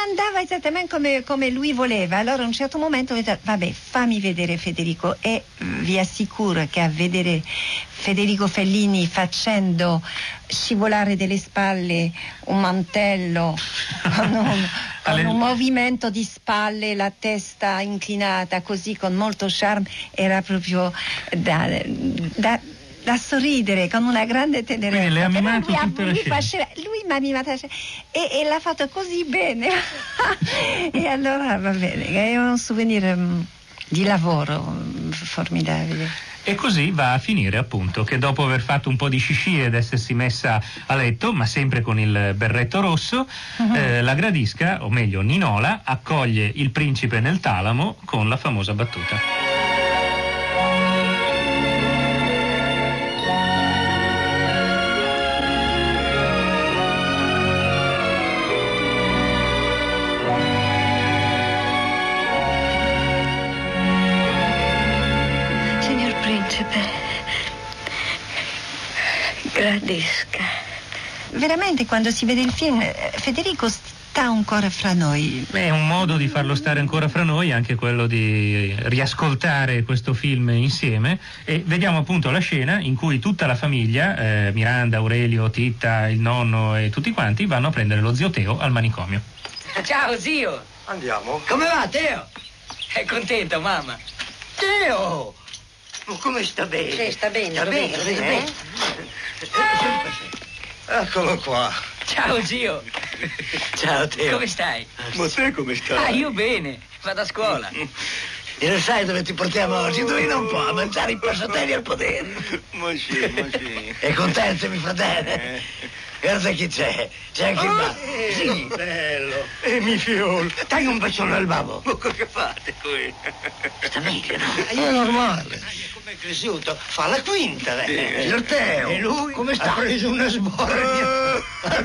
andava esattamente come, come lui voleva. Allora a un certo momento ho detto vabbè, fammi vedere Federico, e vi assicuro che a vedere Federico Fellini facendo scivolare delle spalle un mantello con un, con un movimento di spalle, la testa inclinata così con molto charme, era proprio da, da da sorridere con una grande tenerezza. Quindi le ha mimato lui, tutta la lui, scena. faceva, lui mi ha mimato la scena e, e l'ha fatto così bene. E allora va bene, è un souvenir um, di lavoro um, formidabile. E così va a finire appunto che dopo aver fatto un po' di scisci ed essersi messa a letto, ma sempre con il berretto rosso, uh-huh. eh, la gradisca, o meglio Ninola, accoglie il principe nel talamo con la famosa battuta. Gradisca. Veramente quando si vede il film Federico sta ancora fra noi. È un modo di farlo stare ancora fra noi, anche quello di riascoltare questo film insieme, e vediamo appunto la scena in cui tutta la famiglia, eh, Miranda, Aurelio, Titta, il nonno e tutti quanti vanno a prendere lo zio Teo al manicomio. Ciao zio. Andiamo. Come va Teo? È contento mamma? Teo! Ma come sta bene? Sì, sta bene, sta bene, sta bene, bene. eh? Eccolo qua. Ciao zio. Ciao Teo. Come stai? Ma te come stai? Ah, io bene, vado a scuola. E lo sai dove ti portiamo oggi? Indovina un po', a mangiare i passatelli al potere. Ma sì, ma sì. È contento, mio fratello? Eh. Guarda chi c'è, c'è anche il babbo. Eh, Sì. bello. E mi fiolo. Dai un bacione al babbo. Ma cosa fate qui? Sta meglio, no? È normale. Come è cresciuto? Fa la quinta, eh. Signor Teo. E lui? Come sta? Ha preso una sbornia.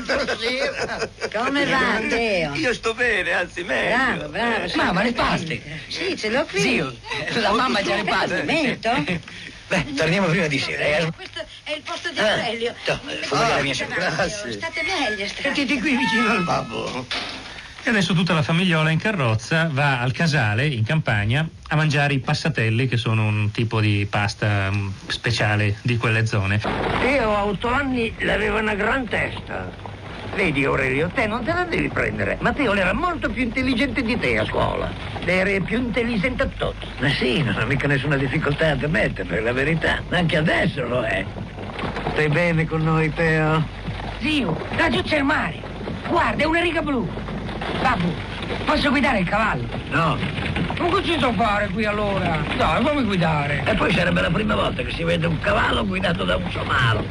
Come va, Teo? Io sto bene, anzi meglio. Bravo, bravo. sì, Mamma, le bene. paste. Sì, ce l'ho qui. Zio, la mamma ha già le paste. Mento? Beh, torniamo prima di sera, eh? Questo è il posto di Ah, Aurelio. no, fammi la mia State sera. meglio, State meglio, state. Mettiti qui vicino al babbo. E adesso tutta la famigliola in carrozza va al casale in campagna a mangiare i passatelli, che sono un tipo di pasta mm, speciale di quelle zone. Io a otto anni l'avevo una gran testa. Vedi Aurelio, te non te la devi prendere. Matteo era molto più intelligente di te a scuola. Era più intelligente a tutti. Ma sì, non ho mica nessuna difficoltà ad ammetterlo, è la verità. Anche adesso lo è. Stai bene con noi, Teo? Zio, laggiù c'è il mare. Guarda, è una riga blu. Babbo, posso guidare il cavallo? No. Ma cosa ci so fare qui allora? Dai, fammi guidare. E poi sarebbe la prima volta che si vede un cavallo guidato da un somaro.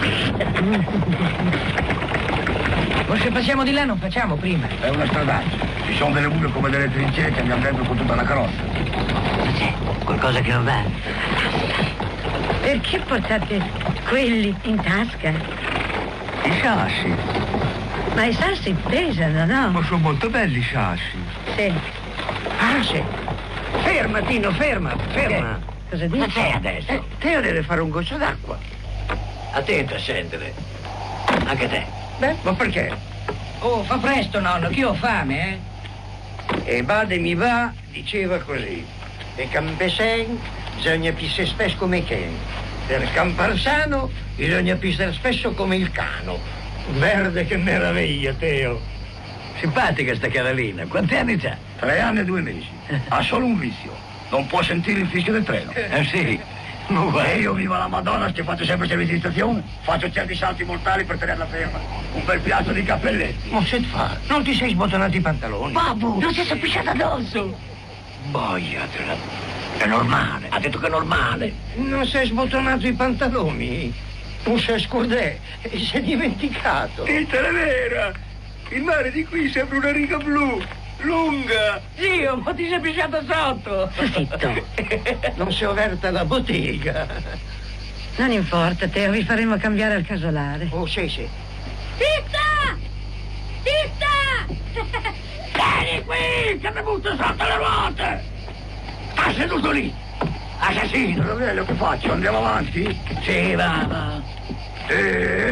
Ma se passiamo di là non facciamo prima. È una stradaccia. Ci sono delle mule come delle trincee che andiamo dentro con tutta la carrozza. Ma c'è qualcosa che non va? Perché portate quelli in tasca? I sassi. Ma i sassi pesano, no? Ma sono molto belli i sassi. Sì. Ah, sì. Ferma, Tino, ferma, ferma. Cosa dici? Ma sei adesso? Eh, Teo deve fare un goccio d'acqua. Attento a scendere. Anche te. Beh, Ma perché? oh, fa presto nonno, che io ho fame, eh. E Bade mi va, diceva così. E campesen bisogna pissare spesso come Ken. Per campar sano bisogna pissare spesso come il cano. Verde che meraviglia, Teo. Simpatica sta cavallina. Quanti anni c'ha? Tre anni e due mesi. Ha solo un vizio. Non può sentire il fischio del treno. Eh sì. E io viva la Madonna che faccio sempre servizio di stazione. Faccio certi salti mortali per tenerla ferma. Un bel piatto di cappelletti. Ma che fa? Non ti sei sbottonato i pantaloni? Babbo, non si è pisciato addosso. Boiatela. È normale. Ha detto che è normale. Non si è sbottonato i pantaloni? Non si è scordè. E si è dimenticato. Ditela vera. Il mare di qui sembra una riga blu. Lunga! Zio, ma ti sei pisciato sotto! Zitto. Non si è aperta la bottega. Non importa, Teo, vi faremo cambiare al casolare. Oh, sì, sì. Titta! Titta! Vieni qui, che mi butto sotto le ruote! Sta seduto lì! Assassino! Fratello, che faccio? Andiamo avanti? Sì, va, va. Sì.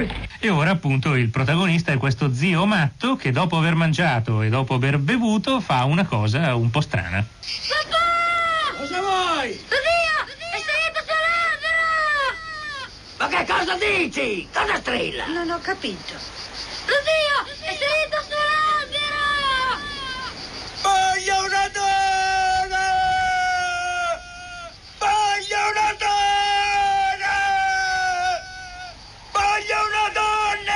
E ora appunto il protagonista è questo zio matto che dopo aver mangiato e dopo aver bevuto fa una cosa un po' strana. Papà! Cosa vuoi? Zio, è salito sull'albero! Ma che cosa dici? Cosa strilla? Non ho capito. Zio, è salito sull'albero! Voglio una donna! Voglio una donna! Voglio una donna!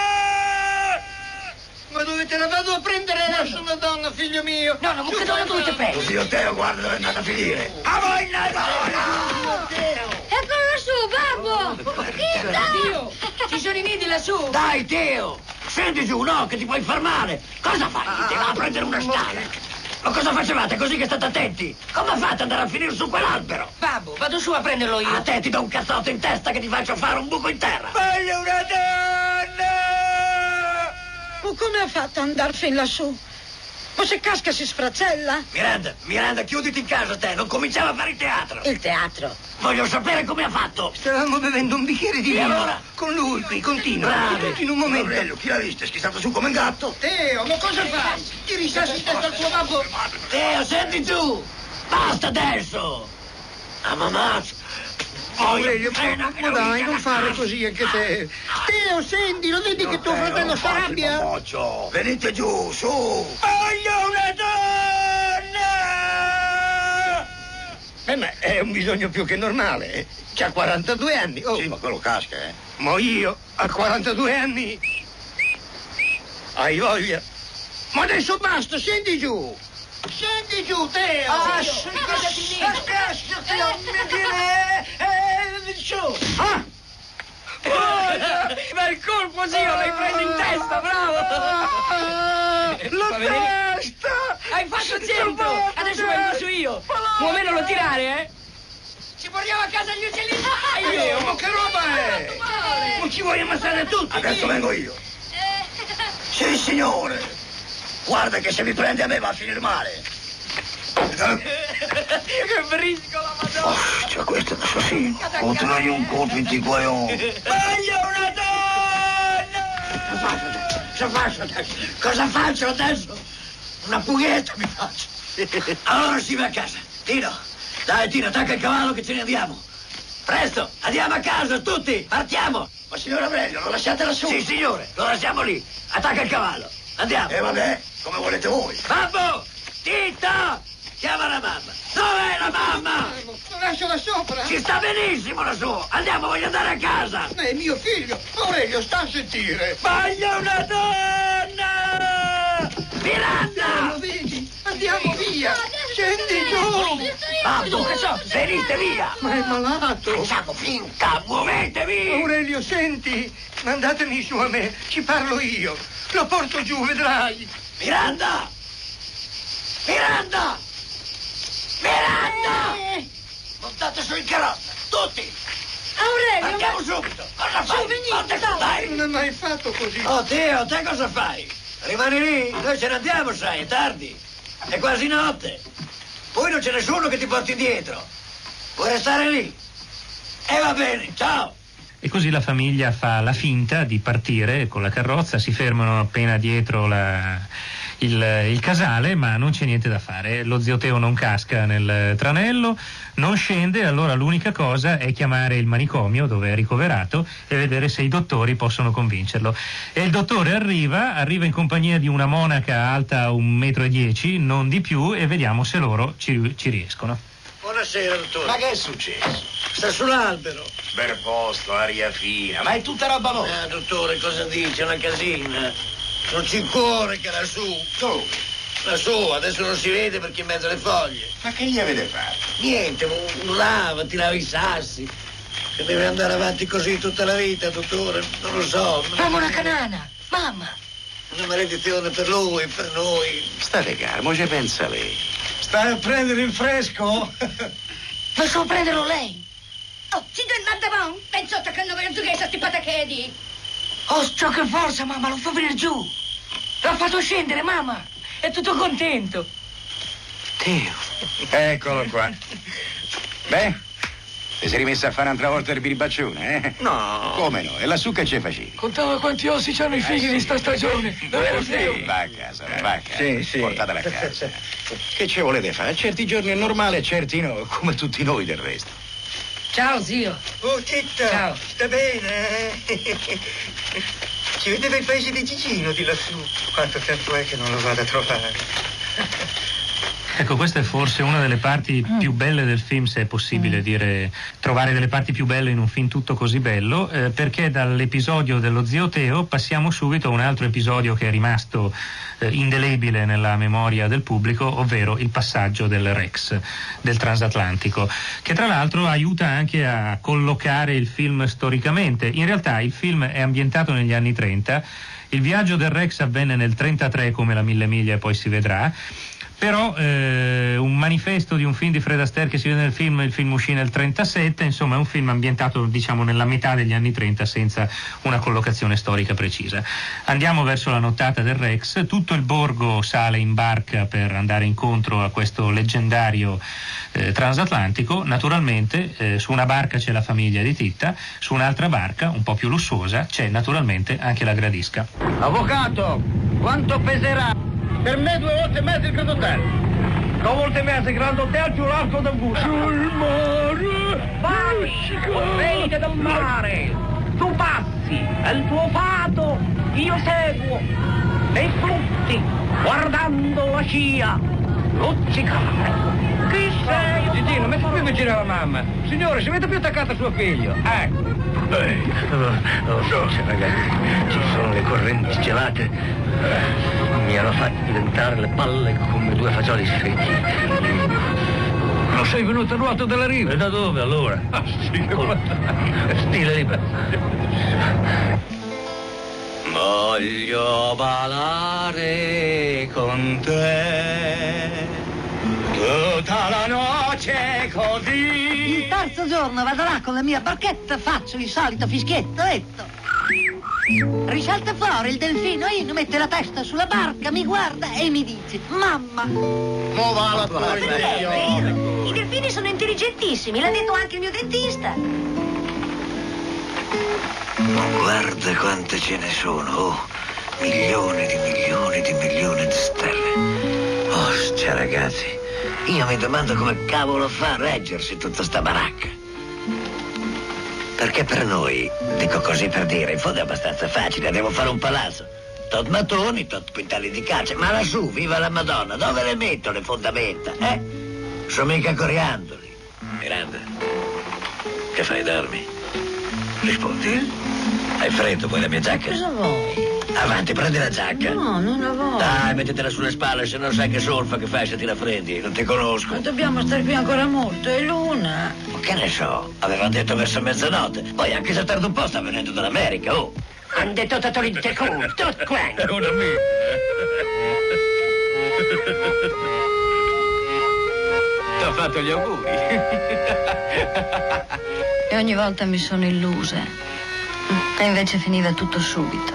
Ma dove te la vado a prendere adesso una donna, figlio mio? No, no, ma che donna dove ti prendi? Zio Teo, guarda dove è andata a finire. A voi una donna! Eccolo lassù, babbo! Dio, ci sono i nidi lassù. Dai, Teo! Scendi giù, no, che ti puoi far male! Cosa fai? Ti va a prendere una scala! Ma cosa facevate così che state attenti? Come fate ad andare a finire su quell'albero? Babbo, vado su a prenderlo io. A te ti do un cazzotto in testa che ti faccio fare un buco in terra! Voglio una donna! Ma come ha fatto ad andare fin lassù? Ma se casca si sfracella? Miranda, Miranda, chiuditi in casa te, non cominciamo a fare il teatro! Il teatro? Voglio sapere come ha fatto! Stavamo bevendo un bicchiere di E vino. allora? Con lui qui, continua. Bravi. Tutto in un momento. Aurelio, chi l'ha vista? È schizzato su come un gatto. Teo, ma cosa fai? Ti risassi in testa al tuo babbo? Teo, senti giù! Basta adesso! A mamma! Aurelio, ma, ma dai, non fare così anche te. Teo, senti, lo vedi che tuo fratello si arrabbia? Moccio, venite giù, su. Voglio una donna! Eh, ma è un bisogno più che normale. eh. C'ha quarantadue anni. Oh. Sì, ma quello casca, eh. Ma io, a quarantadue anni... Hai voglia? Ma adesso basta, scendi giù! Scendi giù, Teo! Ah, Su, scusati lì. Aspettati, non mi dire... Eh, su! Ah! Bel colpo, zio, l'hai preso in testa, bravo! La testa! Hai fatto cento! Adesso vengo su io! Muoverlo tirare, eh! Ci portiamo a casa gli uccellini! Teo, ma che roba è? Non ci vuoi ammazzare tutti? Adesso vengo io. Sì, signore. Guarda che se mi prende a me va a finire male. Che briscola, madonna! Oh, c'è questo assassino. Potrei un colpo in ti guaione. Voglio una donna! Cosa faccio adesso? Cosa faccio adesso? Una pughetta mi faccio. Allora si va a casa. Tino, dai Tino, attacca il cavallo che ce ne andiamo. Presto, andiamo a casa, tutti, partiamo. Ma signor Aurelio, lo lasciate lassù? Sì, signore, lo lasciamo lì. Attacca il cavallo. Andiamo. E vabbè, come volete voi. Babbo! Tito! Chiama la mamma. Dov'è la mamma? Lasciala sopra! Ci sta benissimo lassù. Andiamo, voglio andare a casa. È mio figlio! Aurelio, sta a sentire! Voglio una donna! Miranda! Lo vedi? Andiamo via! Scendi giù! Babbo, che so, venite via! Ma è malato! Facciamo finta, muovetevi! Aurelio, senti! Mandatemi su a me, ci parlo io! Lo porto giù, vedrai! Miranda! Miranda! Miranda! Montate su in carrozza, tutti! Aurelio! Andiamo ma... subito! Cosa fai? Su, venite, Forte, dai! Non è mai fatto così! Oh, Teo, te cosa fai? Rimani lì, noi ce ne andiamo, sai, è tardi. È quasi notte. Poi non c'è nessuno che ti porti dietro. Puoi restare lì. E va bene, ciao! E così la famiglia fa la finta di partire con la carrozza, si fermano appena dietro la, il, il casale, ma non c'è niente da fare. Lo zio Teo non casca nel tranello, non scende, allora l'unica cosa è chiamare il manicomio dove è ricoverato e vedere se i dottori possono convincerlo. E il dottore arriva, arriva in compagnia di una monaca alta un metro e dieci, non di più, e vediamo se loro ci, ci riescono. Buonasera, dottore. Ma che è successo? Sta sull'albero. Bel posto, aria fina, ma è tutta roba nuova. Ah, dottore, cosa dice? Una casina. Non ci cuore che lassù. Tu, Lassù, adesso non si vede perché in mezzo alle foglie. ma che gli avete fatto? Niente, un, un lava, tirava i sassi. Che deve andare avanti così tutta la vita, dottore. Non lo so. Mamma, una canana! Mamma! Una maledizione per lui, per noi. State calmo, ci pensa lei. Stai a prendere il fresco? Non so prenderlo lei! Oh, si deve andare bon? Penso che non vedo che sti patachedi. Oh, ciò che forza, mamma, lo fa venire giù! L'ha fatto scendere, mamma! È tutto contento! Teo. Eccolo qua. Beh, Ti sei rimessa a fare un'altra volta il biribaccione, eh? No. Come no? E lassù che ci facevi? Contavo quanti ossi c'hanno i figli di sta stagione. Davvero, sì. Va a casa, va a casa. Sì, sì. Portatela a casa. Che ci volete fare? Certi giorni è normale, certi no, come tutti noi del resto. Ciao, zio. Oh, Titta. Ciao. Sta bene, eh? Ci vedeva il paese di Gigino di lassù. Quanto tempo è che non lo vado a trovare? Ecco, questa è forse una delle parti più belle del film, se è possibile dire, trovare delle parti più belle in un film tutto così bello, eh, perché dall'episodio dello zio Teo passiamo subito a un altro episodio che è rimasto eh, indelebile nella memoria del pubblico, ovvero il passaggio del Rex, del transatlantico, che tra l'altro aiuta anche a collocare il film storicamente. In realtà il film è ambientato negli anni trenta, il viaggio del Rex avvenne nel trentatré, come la Mille Miglia e poi si vedrà. Però eh, un manifesto di un film di Fred Astaire che si vede nel film, il film uscì nel trentasette, insomma è un film ambientato diciamo nella metà degli anni trenta senza una collocazione storica precisa. Andiamo verso la nottata del Rex, tutto il borgo sale in barca per andare incontro a questo leggendario eh, transatlantico. Naturalmente eh, su una barca c'è la famiglia di Titta, su un'altra barca un po' più lussuosa c'è naturalmente anche la gradisca. Avvocato, quanto peserà? Per me due volte e mezzo il Grand Hotel. Due volte e mezzo il Grand Hotel più l'arco del bus. Sul mare! Vai! Venite dal mare! Tu passi, è il tuo fato, io seguo. E flutti, guardando la scia, luccicare. Chi sei? Gigino, metti più vicino alla mamma. Signore, si mette più attaccata a suo figlio. Ecco. Ehi, oh, no, ragazzi, ci sono le correnti gelate. Mi hanno fatto diventare le palle come due fagioli secchi. Non sei venuto a nuoto dalla riva? E da dove allora? Ah, sì, Col... Stile libero. Voglio ballare con te tutta la notte così. Il terzo giorno vado là con la mia barchetta, faccio il solito fischietto, etto. Risalta fuori il delfino, Ino mette la testa sulla barca, mi guarda e mi dice: mamma. Mo va la tua idea. I delfini sono intelligentissimi, l'ha detto anche il mio dentista. Ma guarda quante ce ne sono, oh, milioni di milioni di milioni di stelle. Ostia ragazzi, io mi domando come cavolo fa a reggersi tutta sta baracca. Perché per noi, dico così per dire, in fondo è abbastanza facile, devo fare un palazzo. Tot mattoni, tot quintali di calce, ma lassù, viva la Madonna, dove le metto le fondamenta, eh? Sono mica coriandoli. Miranda, che fai, dormi? Rispondi? Hai freddo, vuoi la mia giacca? Cosa vuoi? Avanti, prendi la giacca. No, non la voglio. Dai, mettetela sulle spalle, se non sai che solfa che fai se ti raffreddi, non ti conosco. Ma dobbiamo stare qui ancora molto, è l'una. Ma che ne so, avevano detto verso mezzanotte. Poi anche se tarda un po' sta venendo dall'America, oh. Han detto tutto l'intercom, tutto quanto. È una mia. Ti ho fatto gli auguri. E ogni volta mi sono illusa. E invece finiva tutto subito.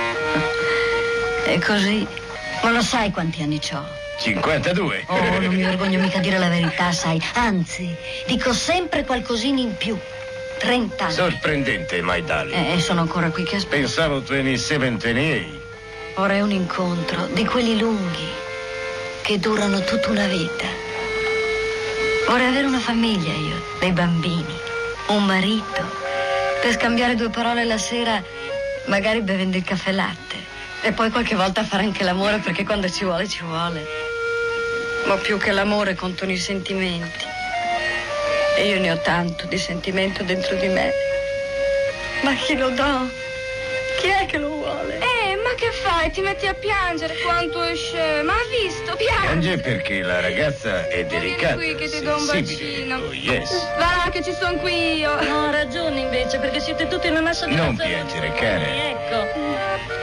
E così. Ma lo sai quanti anni c'ho? cinquantadue. Oh, non mi vergogno mica a dire la verità, sai. Anzi, dico sempre qualcosina in più. trenta anni. Sorprendente, my darling. E sono ancora qui che aspetto. Pensavo ventisette, ventotto. Ora è un incontro di quelli lunghi che durano tutta una vita. Vorrei avere una famiglia io, dei bambini, un marito, per scambiare due parole la sera, magari bevendo il caffè latte. E poi qualche volta fare anche l'amore, perché quando ci vuole, ci vuole. Ma più che l'amore contano i sentimenti. E io ne ho tanto di sentimento dentro di me. Ma chi lo dà? Chi è che lo vuole? Eh, ma che fai? Ti metti a piangere quanto esce. Ma ha visto? Piange. Piange perché la ragazza è delicata. Vieni qui che ti do un sensibile. bacino. Oh, yes. Va là che ci sono qui io. No, ha ragione invece, perché siete tutti in una massa di Non ragione. piangere, cara. Ecco.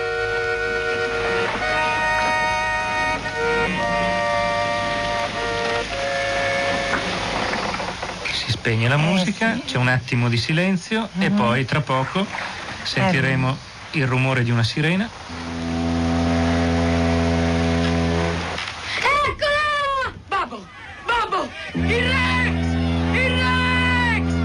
Spegne la musica, c'è un attimo di silenzio e poi tra poco sentiremo il rumore di una sirena. Eccolo! Babbo! Babbo! Il Rex! Il Rex!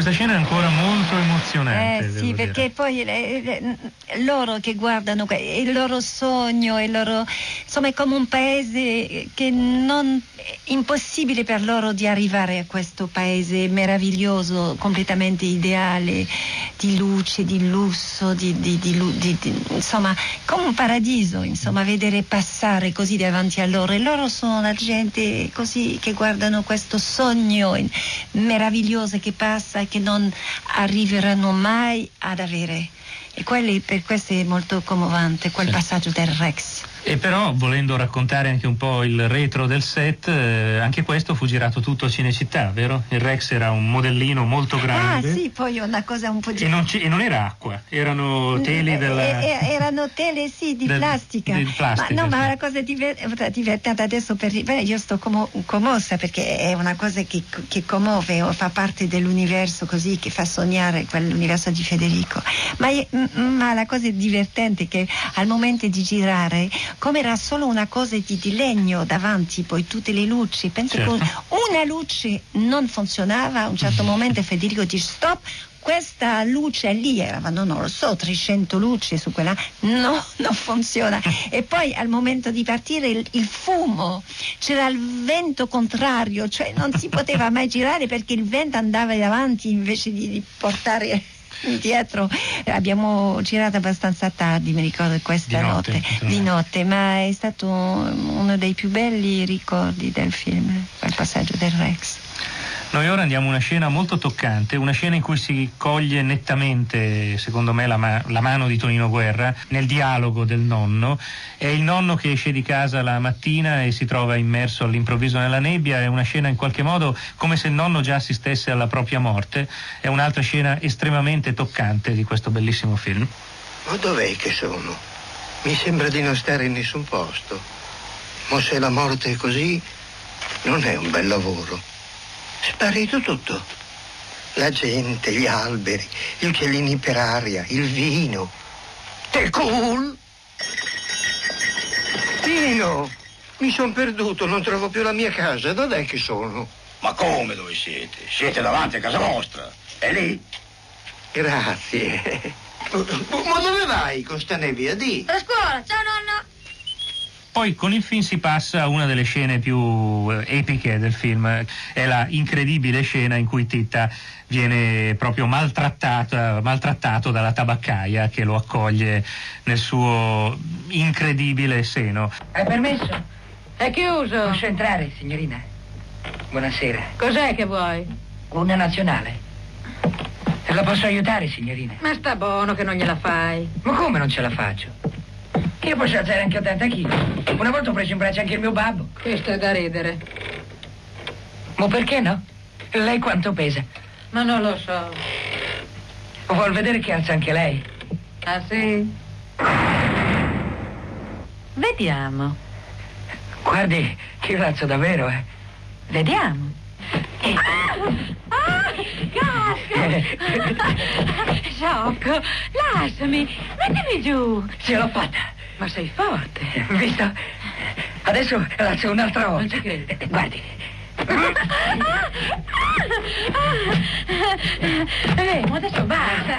Questa scena è ancora molto emozionante. Eh sì, perché dire. poi le, le, loro che guardano il loro sogno, il loro, insomma, è come un paese che non è impossibile per loro di arrivare a questo paese meraviglioso, completamente ideale, di luce, di lusso, di, di, di, di, di insomma, come un paradiso, insomma, vedere passare così davanti a loro. E loro sono la gente così che guardano questo sogno meraviglioso che passa, che non arriveranno mai ad avere, e quelli, per questo è molto commovente quel sì. passaggio del Rex. E però, volendo raccontare anche un po' il retro del set, eh, anche questo fu girato tutto a Cinecittà, vero? Il Rex era un modellino molto grande. Ah sì, poi una cosa un po' di... E non, ci, e non era acqua, erano teli della... E, e, erano tele, sì, di del, plastica. Di plastica. Ma no, sì. ma la cosa diver- divertente adesso, per... Beh, io sto como- commossa perché è una cosa che, che commuove, o fa parte dell'universo così, che fa sognare quell'universo di Federico. Ma, ma la cosa divertente è che al momento di girare, come era solo una cosa di, di legno davanti, poi tutte le luci, penso certo. che una luce non funzionava, a un certo momento Federico dice stop, questa luce lì, erano non lo so, trecento luci su quella, no, non funziona. E poi al momento di partire il, il fumo, c'era il vento contrario, cioè non si poteva mai girare perché il vento andava davanti invece di, di portare indietro. Abbiamo girato abbastanza tardi, mi ricordo, questa di notte, notte di notte, ma è stato uno dei più belli ricordi del film, quel passaggio del Rex. Noi ora andiamo a una scena molto toccante, una scena in cui si coglie nettamente, secondo me, la, ma- la mano di Tonino Guerra nel dialogo del nonno. È il nonno che esce di casa la mattina e si trova immerso all'improvviso nella nebbia. È una scena in qualche modo come se il nonno già assistesse alla propria morte. È un'altra scena estremamente toccante di questo bellissimo film. Ma dov'è che sono? Mi sembra di non stare in nessun posto. Ma se la morte è così, non è un bel lavoro. Sparito tutto. La gente, gli alberi, gli uccellini per aria, il vino. Te cool! Tino, mi son perduto, non trovo più la mia casa. Dov'è che sono? Ma come dove siete? Siete davanti a casa vostra. È lì? Grazie. Ma dove vai con sta nebbia? Di? A scuola, ciao nonno! Poi con il film si passa a una delle scene più epiche del film, è la incredibile scena in cui Titta viene proprio maltrattata, maltrattato dalla tabaccaia che lo accoglie nel suo incredibile seno. Hai permesso? È chiuso. Posso entrare, signorina? Buonasera. Cos'è che vuoi? Una nazionale. La posso aiutare, signorina? Ma sta buono che non gliela fai. Ma come non ce la faccio? Io posso alzare anche ottanta chili. Una volta ho preso in braccio anche il mio babbo. Questo è da ridere. Ma perché no? Lei quanto pesa? Ma non lo so. Vuol vedere che alza anche lei? Ah sì? Vediamo. Guardi, che io alzo davvero, eh. Vediamo. Ah, casco! Sciocco, lasciami, mettimi giù. Ce l'ho fatta. Ma sei forte. Visto? Adesso alzo un'altra volta. Non ci credo. Guardi. Vemo, adesso basta.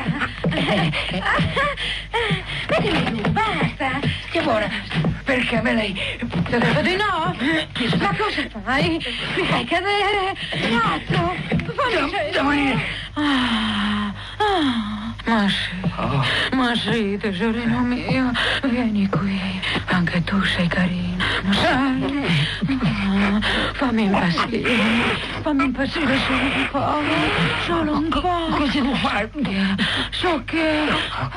Mettimi giù, basta. Che buona. Perché a me lei... Sapevo di no. Ma cosa fai? Mi fai cadere. Cazzo. Fammi scendere. Da morire. Ah, ah. Ma sì, oh. ma sì, tesorino mio, vieni qui, anche tu sei carino, sai? Ah, fammi impazzire, fammi impazzire solo un po', solo un po'. Cosa devo fare? So che...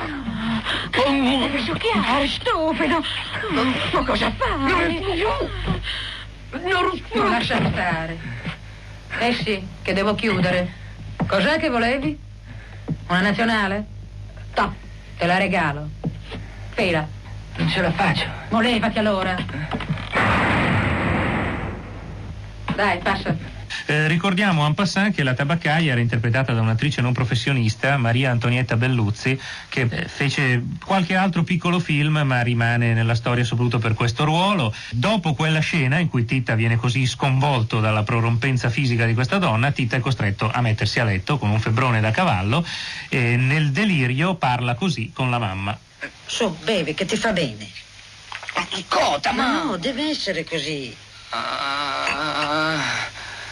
Devi succhiare, stupido! Ma cosa fai? Non, non lascia stare. Eh sì, che devo chiudere. Cos'è che volevi? Una nazionale? No, te la regalo. Fila. Non ce la faccio. Ma levati allora. Dai, passa. Eh, ricordiamo en passant che la tabaccaia era interpretata da un'attrice non professionista, Maria Antonietta Belluzzi, che eh, fece qualche altro piccolo film ma rimane nella storia soprattutto per questo ruolo. Dopo quella scena in cui Titta viene così sconvolto dalla prorompenza fisica di questa donna, Titta è costretto a mettersi a letto con un febbrone da cavallo e nel delirio parla così con la mamma. Su, bevi, che ti fa bene. Cota, ma... No, deve essere così. Ah...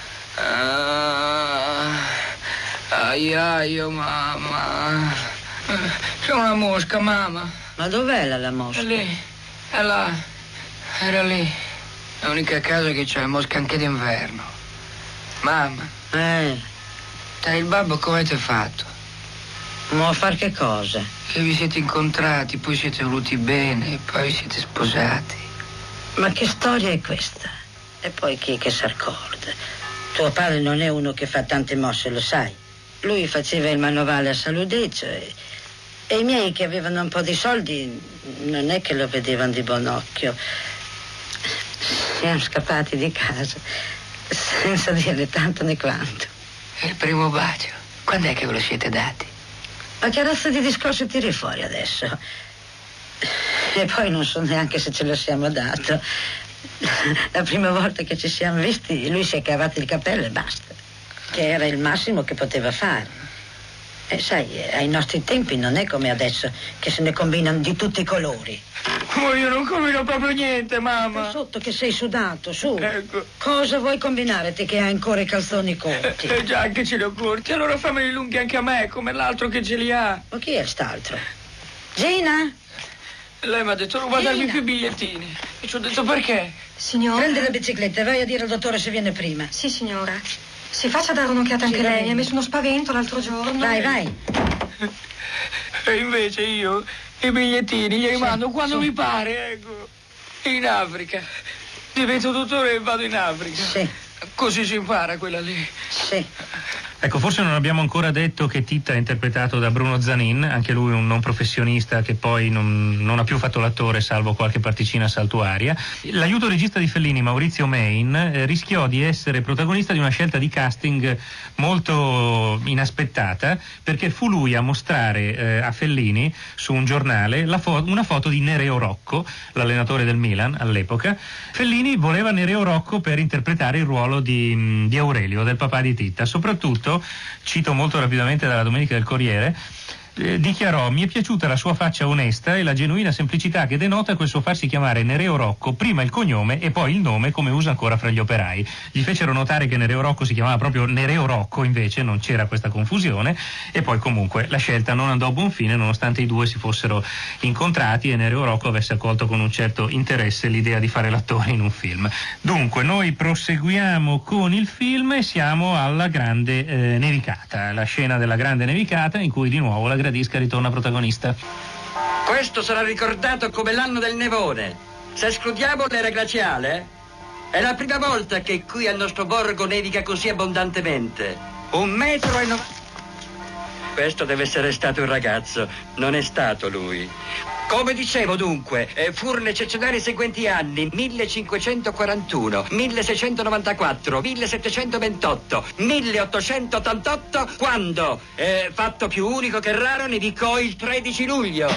Ah, ai ai, oh, mamma. C'è una mosca, mamma. Ma dov'è la, la mosca? È lì, è là, era lì. L'unica casa che c'è mosca anche d'inverno. Mamma. Eh. Te il babbo come ti è fatto? Ma a far che cosa? Che vi siete incontrati, poi siete voluti bene, e poi siete sposati. Ma che storia è questa? E poi chi è che si accorda? Tuo padre non è uno che fa tante mosse, lo sai. Lui faceva il manovale a Saludeccio e, e i miei che avevano un po' di soldi non è che lo vedevano di buon occhio. Siamo scappati di casa senza dire tanto né quanto. E il primo bacio, quando è che ve lo siete dati? Ma che razza di discorso tiri fuori adesso? E poi non so neanche se ce lo siamo dato. La prima volta che ci siamo visti lui si è cavato il cappello e basta, che era il massimo che poteva fare. E sai, ai nostri tempi non è come adesso che se ne combinano di tutti i colori. Oh, io non combino proprio niente, mamma. E sotto che sei sudato, su. Ecco. Cosa vuoi combinare te che hai ancora i calzoni corti? Eh, già che ce li ho corti, allora fammeli lunghi anche a me, come l'altro che ce li ha. Ma chi è st'altro? Gina? Lei mi ha detto non guardarmi più i bigliettini. E ci ho detto perché? Signora? Prendi la bicicletta e vai a dire al dottore se viene prima. Sì, signora. Si faccia dare un'occhiata anche Sì, lei. vai. Mi ha messo uno spavento l'altro giorno. Vai, vai. E invece io i bigliettini li Sì, mando quando sì. mi pare, ecco. In Africa. Divento dottore e vado in Africa. Sì. Così si impara quella lì. Sì. Ecco, forse non abbiamo ancora detto che Titta è interpretato da Bruno Zanin, anche lui un non professionista che poi non, non ha più fatto l'attore salvo qualche particina saltuaria. L'aiuto regista di Fellini, Maurizio Main, eh, rischiò di essere protagonista di una scelta di casting molto inaspettata, perché fu lui a mostrare eh, a Fellini su un giornale la fo- una foto di Nereo Rocco, l'allenatore del Milan all'epoca. Fellini voleva Nereo Rocco per interpretare il ruolo di, di Aurelio, del papà di Titta. Soprattutto, cito molto rapidamente dalla Domenica del Corriere, eh, dichiarò: mi è piaciuta la sua faccia onesta e la genuina semplicità che denota quel suo farsi chiamare Nereo Rocco, prima il cognome e poi il nome come usa ancora fra gli operai. Gli fecero notare che Nereo Rocco si chiamava proprio Nereo Rocco, invece non c'era questa confusione, e poi comunque la scelta non andò a buon fine nonostante i due si fossero incontrati e Nereo Rocco avesse accolto con un certo interesse l'idea di fare l'attore in un film. Dunque noi proseguiamo con il film e siamo alla grande eh, nevicata, la scena della grande nevicata in cui di nuovo la Gradisca ritorna protagonista. Questo sarà ricordato come l'anno del nevone. Se escludiamo l'era glaciale, è la prima volta che qui al nostro borgo nevica così abbondantemente. Un metro e no... Questo deve essere stato il ragazzo, non è stato lui. Come dicevo dunque, eh, furono eccezionali i seguenti anni: millecinquecentoquarantuno, milleseicentonovantaquattro, millesettecentoventotto, milleottocentottantotto, quando, eh, fatto più unico che raro, nevicò il tredici luglio.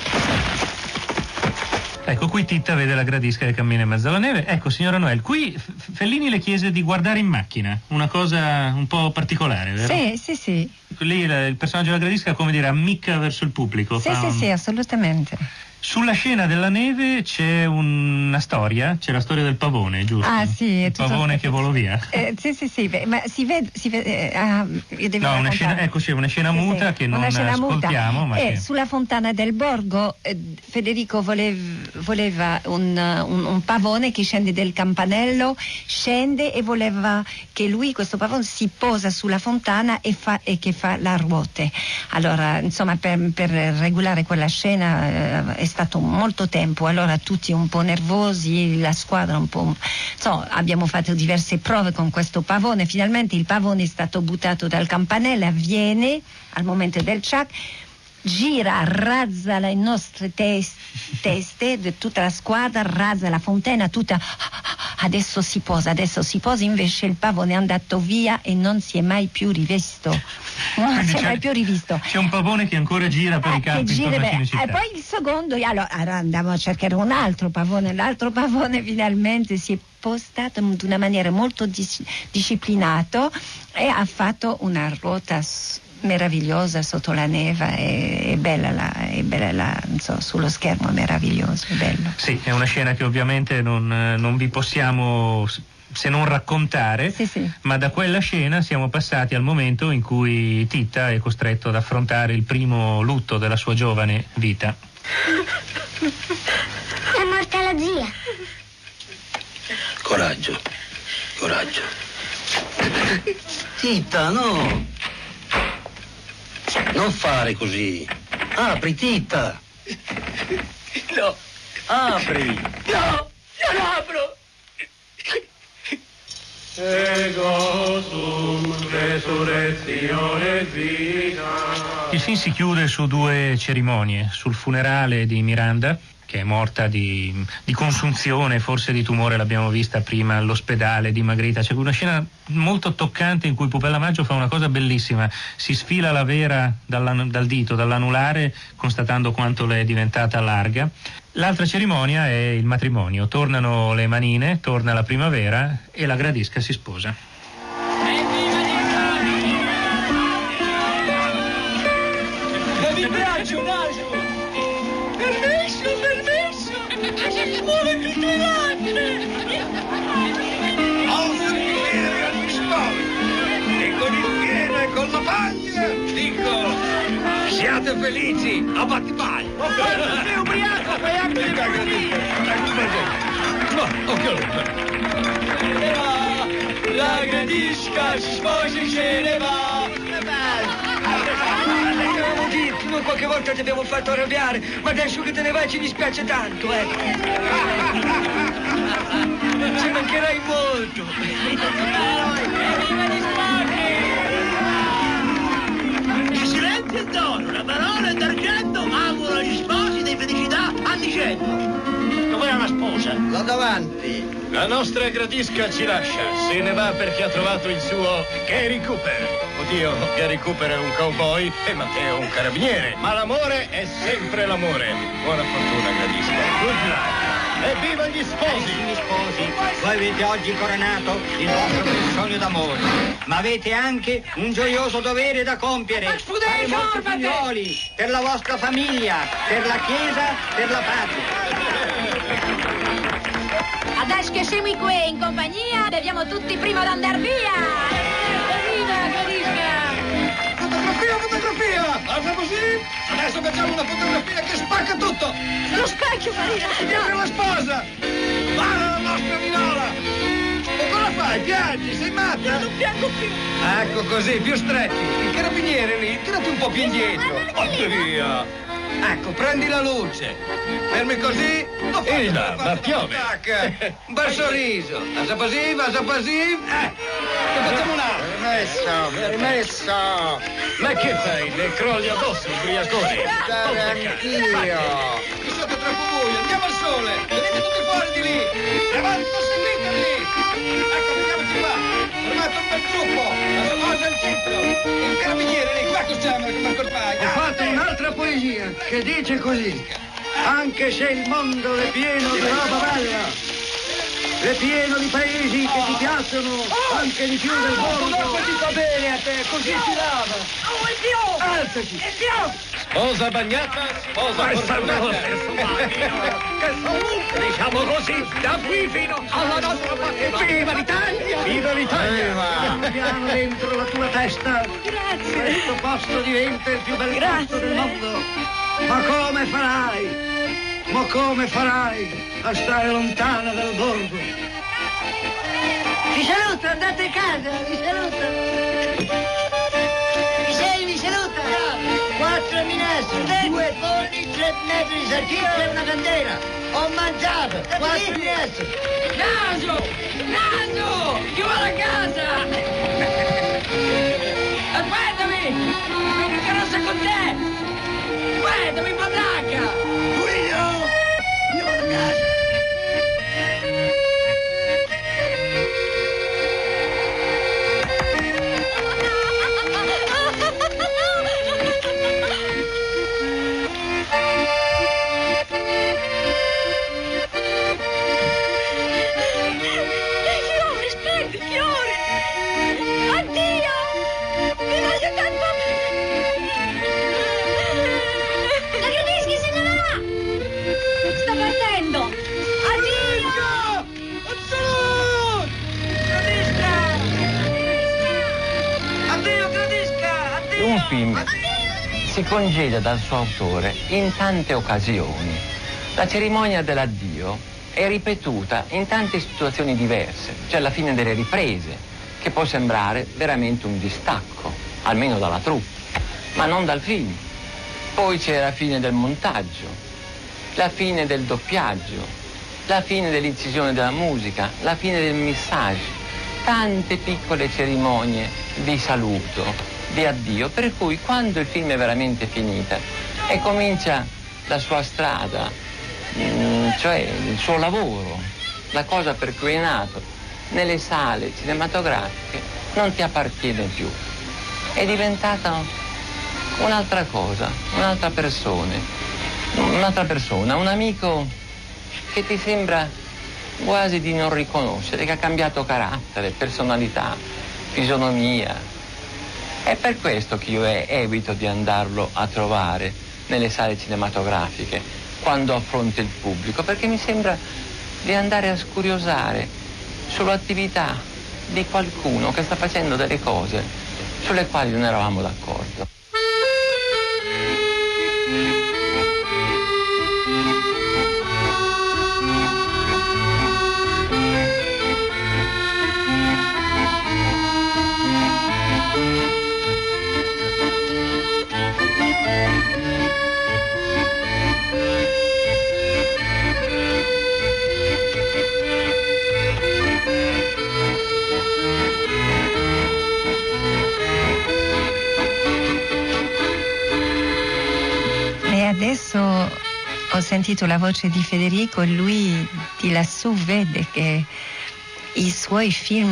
Ecco, qui Titta vede la Gradisca che cammina in mezzo alla neve. Ecco, signora Noel, qui F- Fellini le chiese di guardare in macchina, una cosa un po' particolare, vero? Sì, sì, sì. Lì il, il personaggio della Gradisca, come dire, ammicca verso il pubblico. Sì, fa sì, un... sì, assolutamente. Sulla scena della neve c'è una storia, c'è la storia del pavone, giusto? Ah, sì, è il tutto- pavone che volò via. Eh, sì, sì, sì, beh, ma si vede, si vede eh, ah, io devo No, una raccontare. scena, ecco, c'è una scena Sì, muta sì, che una non scena muta. ascoltiamo, ma E che... sulla fontana del borgo eh, Federico volev- voleva un, un, un pavone che scende del campanello, scende e voleva che lui, questo pavone, si posa sulla fontana e, fa, e che fa la ruote. Allora, insomma, per, per regolare quella scena eh, è stato molto tempo, allora tutti un po' nervosi, la squadra un po'... Insomma, abbiamo fatto diverse prove con questo pavone, finalmente il pavone è stato buttato dal campanello, avviene al momento del ciak, gira, razza le nostre tes- teste, di tutta la squadra, razza la fontana, tutta adesso si posa, adesso si posa, invece il pavone è andato via e non si è mai più rivisto. Non si è mai più rivisto. C'è un pavone che ancora gira per Eh, i campi gira, intorno a beh, Cinecittà. e poi il secondo, allora, allora andiamo a cercare un altro pavone. L'altro pavone finalmente si è postato in una maniera molto dis- disciplinato e ha fatto una ruota s- meravigliosa sotto la neve. È, è bella, la, è bella la, non so, sullo schermo è meraviglioso, è bello. Sì, è una scena che ovviamente non, non vi possiamo se non raccontare, sì, sì. Ma da quella scena siamo passati al momento in cui Titta è costretto ad affrontare il primo lutto della sua giovane vita. È morta la zia. Coraggio, coraggio. Titta, no. Non fare così. Apri, Titta. No. Apri. No, non apro. Ego sum resurrezione vita. Il film si chiude su due cerimonie, sul funerale di Miranda, che è morta di, di consunzione, forse di tumore, l'abbiamo vista prima all'ospedale, dimagrita. C'è una scena molto toccante in cui Pupella Maggio fa una cosa bellissima, si sfila la vera dalla, dal dito, dall'anulare, constatando quanto le è diventata larga. L'altra cerimonia è il matrimonio, tornano le manine, torna la primavera e la Gradisca si sposa. Mi piace un altro. Permesso, permesso. Si muove più grande. Oh, signore, agli sposi. E con il pieno e con la paglia, dico, siate felici, a battipaglia. Ma sei ubriaco, fai anche le cagate. No, occhio allora. La Gradisca si sposa e se ne va. L'avevamo detto, noi qualche volta ti abbiamo fatto arrabbiare, ma adesso che te ne vai ci dispiace tanto, ecco. Ci mancherai molto. Il silenzio è dono, la parola è d'argento, auguro agli sposi di felicità anni cento. Dov'è la sposa? Là davanti. La nostra Gradisca ci lascia, se ne va perché ha trovato il suo Gary Cooper. Oddio, Gary Cooper è un cowboy e Matteo un carabiniere. Ma l'amore è sempre l'amore. Buona fortuna, Gradisca. Good luck. Evviva gli sposi! Carissimi sposi, voi avete oggi coronato il vostro bel sogno d'amore, ma avete anche un gioioso dovere da compiere. Fare molti figlioli per la vostra famiglia, per la Chiesa, per la patria. Adesso che siamo qui in compagnia, beviamo tutti prima di andare via. Viva Gradisca! Fotografia, fotografia! Basta così? Adesso facciamo una fotografia che spacca tutto! Lo specchio, Marina! Dietro la sposa! Guarda la nostra Minola! E cosa fai? Piangi? Sei matta? Non piango più! Ecco così, più stretti! Il carabiniere lì, tirati un po' più indietro! Via! Ecco, prendi la luce! Fermi così! Non fai Ehi là, ma piove! un bel sorriso! Vasa così, vasa così! Eh! Che facciamo un altro! Permesso, permesso! Ma che fai? Le crolli addosso, ubriacone! Stare anch'io! Qui sotto è troppo buio, andiamo al sole! Venite tutti fuori di lì! Avanti, non seguite lì! Ecco, vediamoci qua! Formate un bel gruppo! La sposa al centro! Il carabiniere lì, qua cos'è, Marco Spagna? Ho fatto un'altra poesia che dice così: anche se il mondo è pieno di roba bella, è pieno di paesi che ti piacciono anche di più del mondo. Dopo ti fa bene a te, così si lava. Oh, il più! Alzati! Il più! Sposa bagnata, sposa fortunata! Che salute! Diciamo così, da qui fino alla nostra patria. Viva l'Italia! Viva l'Italia! Piano dentro la tua testa. Grazie! Questo posto diventa il più bel posto del mondo. Ma come farai? Ma come farai a stare lontana dal borgo? Vi saluto, andate a casa, vi saluto. Chi sei, vi saluto. Quattro minestre, due polli, tre metri di salsiccia e una candela. Ho mangiato, quattro minestre. Naso! Naso! Chi va a casa? Aspettami! Vengo carrozza con te! Aspettami, patacca! Guido! Io vado a casa! Un film si congeda dal suo autore in tante occasioni. La cerimonia dell'addio è ripetuta in tante situazioni diverse. C'è la fine delle riprese, che può sembrare veramente un distacco, almeno dalla troupe, ma non dal film. Poi c'è la fine del montaggio, la fine del doppiaggio, la fine dell'incisione della musica, la fine del mixage, tante piccole cerimonie di saluto, di addio, per cui quando il film è veramente finita e comincia la sua strada, cioè il suo lavoro, la cosa per cui è nato, nelle sale cinematografiche, non ti appartiene più. È diventata un'altra cosa, un'altra persona, un'altra persona, un amico che ti sembra quasi di non riconoscere, che ha cambiato carattere, personalità, fisionomia. È per questo che io evito di andarlo a trovare nelle sale cinematografiche quando affronto il pubblico, perché mi sembra di andare a scuriosare sull'attività di qualcuno che sta facendo delle cose sulle quali non eravamo d'accordo. Adesso ho sentito la voce di Federico e lui di lassù vede che i suoi film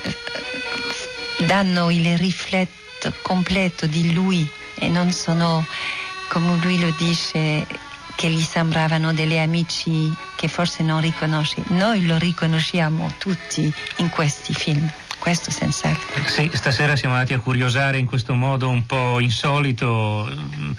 danno il rifletto completo di lui e non sono, come lui lo dice, che gli sembravano degli amici che forse non riconosci. Noi lo riconosciamo tutti in questi film. Questo senz'altro. Sì, stasera siamo andati a curiosare in questo modo un po' insolito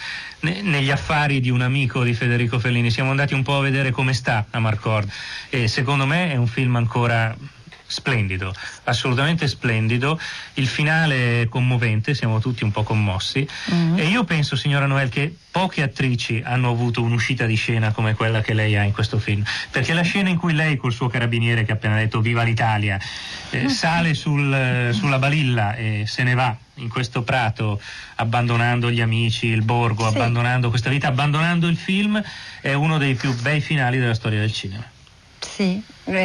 ne- negli affari di un amico di Federico Fellini. Siamo andati un po' a vedere come sta Amarcord e secondo me è un film ancora splendido, assolutamente splendido. Il finale è commovente, siamo tutti un po' commossi. Mm-hmm. E io penso, signora Noel, che poche attrici hanno avuto un'uscita di scena come quella che lei ha in questo film, perché la scena in cui lei col suo carabiniere che ha appena detto viva l'Italia eh, sale sul, sulla balilla e se ne va in questo prato abbandonando gli amici, il borgo, sì. abbandonando questa vita, abbandonando il film, è uno dei più bei finali della storia del cinema. Sì,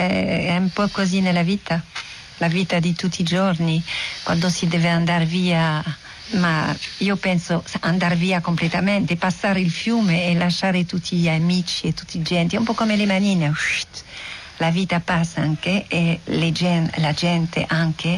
è un po' così nella vita, la vita di tutti i giorni, quando si deve andare via, ma io penso andare via completamente, passare il fiume e lasciare tutti gli amici e tutti i gente, è un po' come le manine, la vita passa anche e le gen- la gente anche,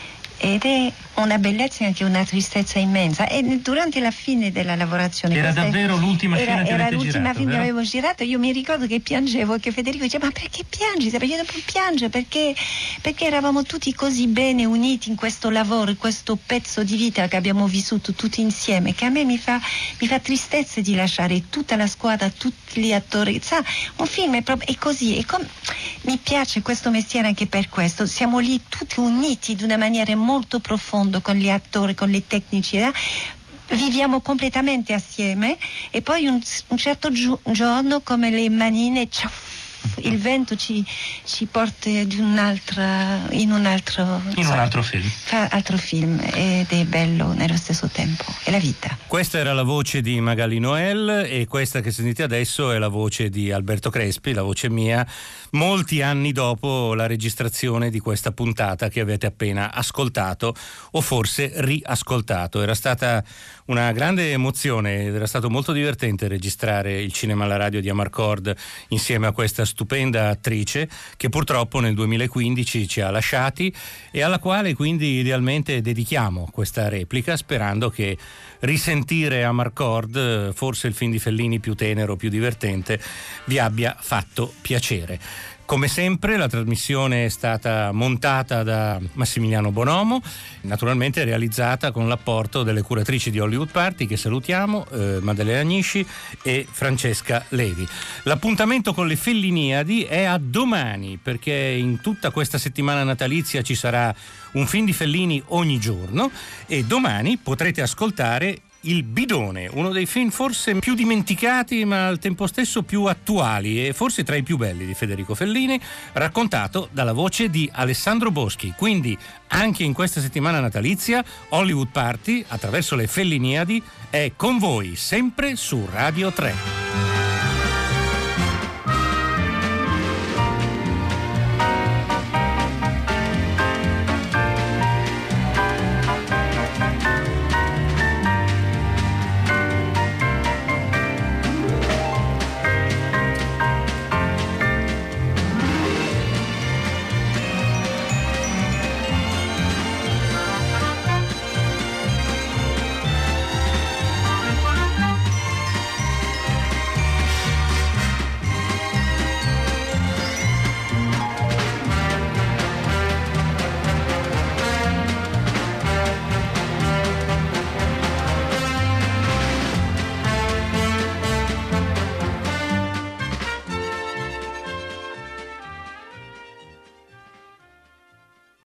ed è una bellezza e anche una tristezza immensa. E durante la fine della lavorazione era davvero l'ultima era, scena che era avete l'ultima girato, film che vero? avevo girato. Io mi ricordo che piangevo e che Federico diceva ma perché piangi? Perché io non piange perché, perché eravamo tutti così bene uniti in questo lavoro, in questo pezzo di vita che abbiamo vissuto tutti insieme, che a me mi fa, mi fa tristezza di lasciare tutta la squadra, tutti gli attori. Sa, un film è, proprio, è così, è com- mi piace questo mestiere anche per questo, siamo lì tutti uniti di una maniera molto profonda con gli attori, con le tecnici, eh? Viviamo completamente assieme e poi un, un certo gi- giorno come le manine ciao, il vento ci, ci porta di un'altra, in un altro in so, un altro film fa altro film ed è bello nello stesso tempo, è la vita. Questa era la voce di Magali Noel e questa che sentite adesso è la voce di Alberto Crespi, la voce mia, molti anni dopo la registrazione di questa puntata che avete appena ascoltato o forse riascoltato. Era stata una grande emozione ed era stato molto divertente registrare il cinema alla radio di Amarcord insieme a questa stupenda attrice che purtroppo nel duemilaquindici ci ha lasciati e alla quale quindi idealmente dedichiamo questa replica sperando che risentire Amarcord, forse il film di Fellini più tenero, più divertente, vi abbia fatto piacere. Come sempre la trasmissione è stata montata da Massimiliano Bonomo, naturalmente realizzata con l'apporto delle curatrici di Hollywood Party che salutiamo, eh, Maddalena Agnisci e Francesca Levi. L'appuntamento con le Felliniadi è a domani perché in tutta questa settimana natalizia ci sarà un film di Fellini ogni giorno e domani potrete ascoltare Il bidone, uno dei film forse più dimenticati ma al tempo stesso più attuali e forse tra i più belli di Federico Fellini, raccontato dalla voce di Alessandro Boschi. Quindi anche in questa settimana natalizia Hollywood Party attraverso le Felliniadi è con voi sempre su Radio tre.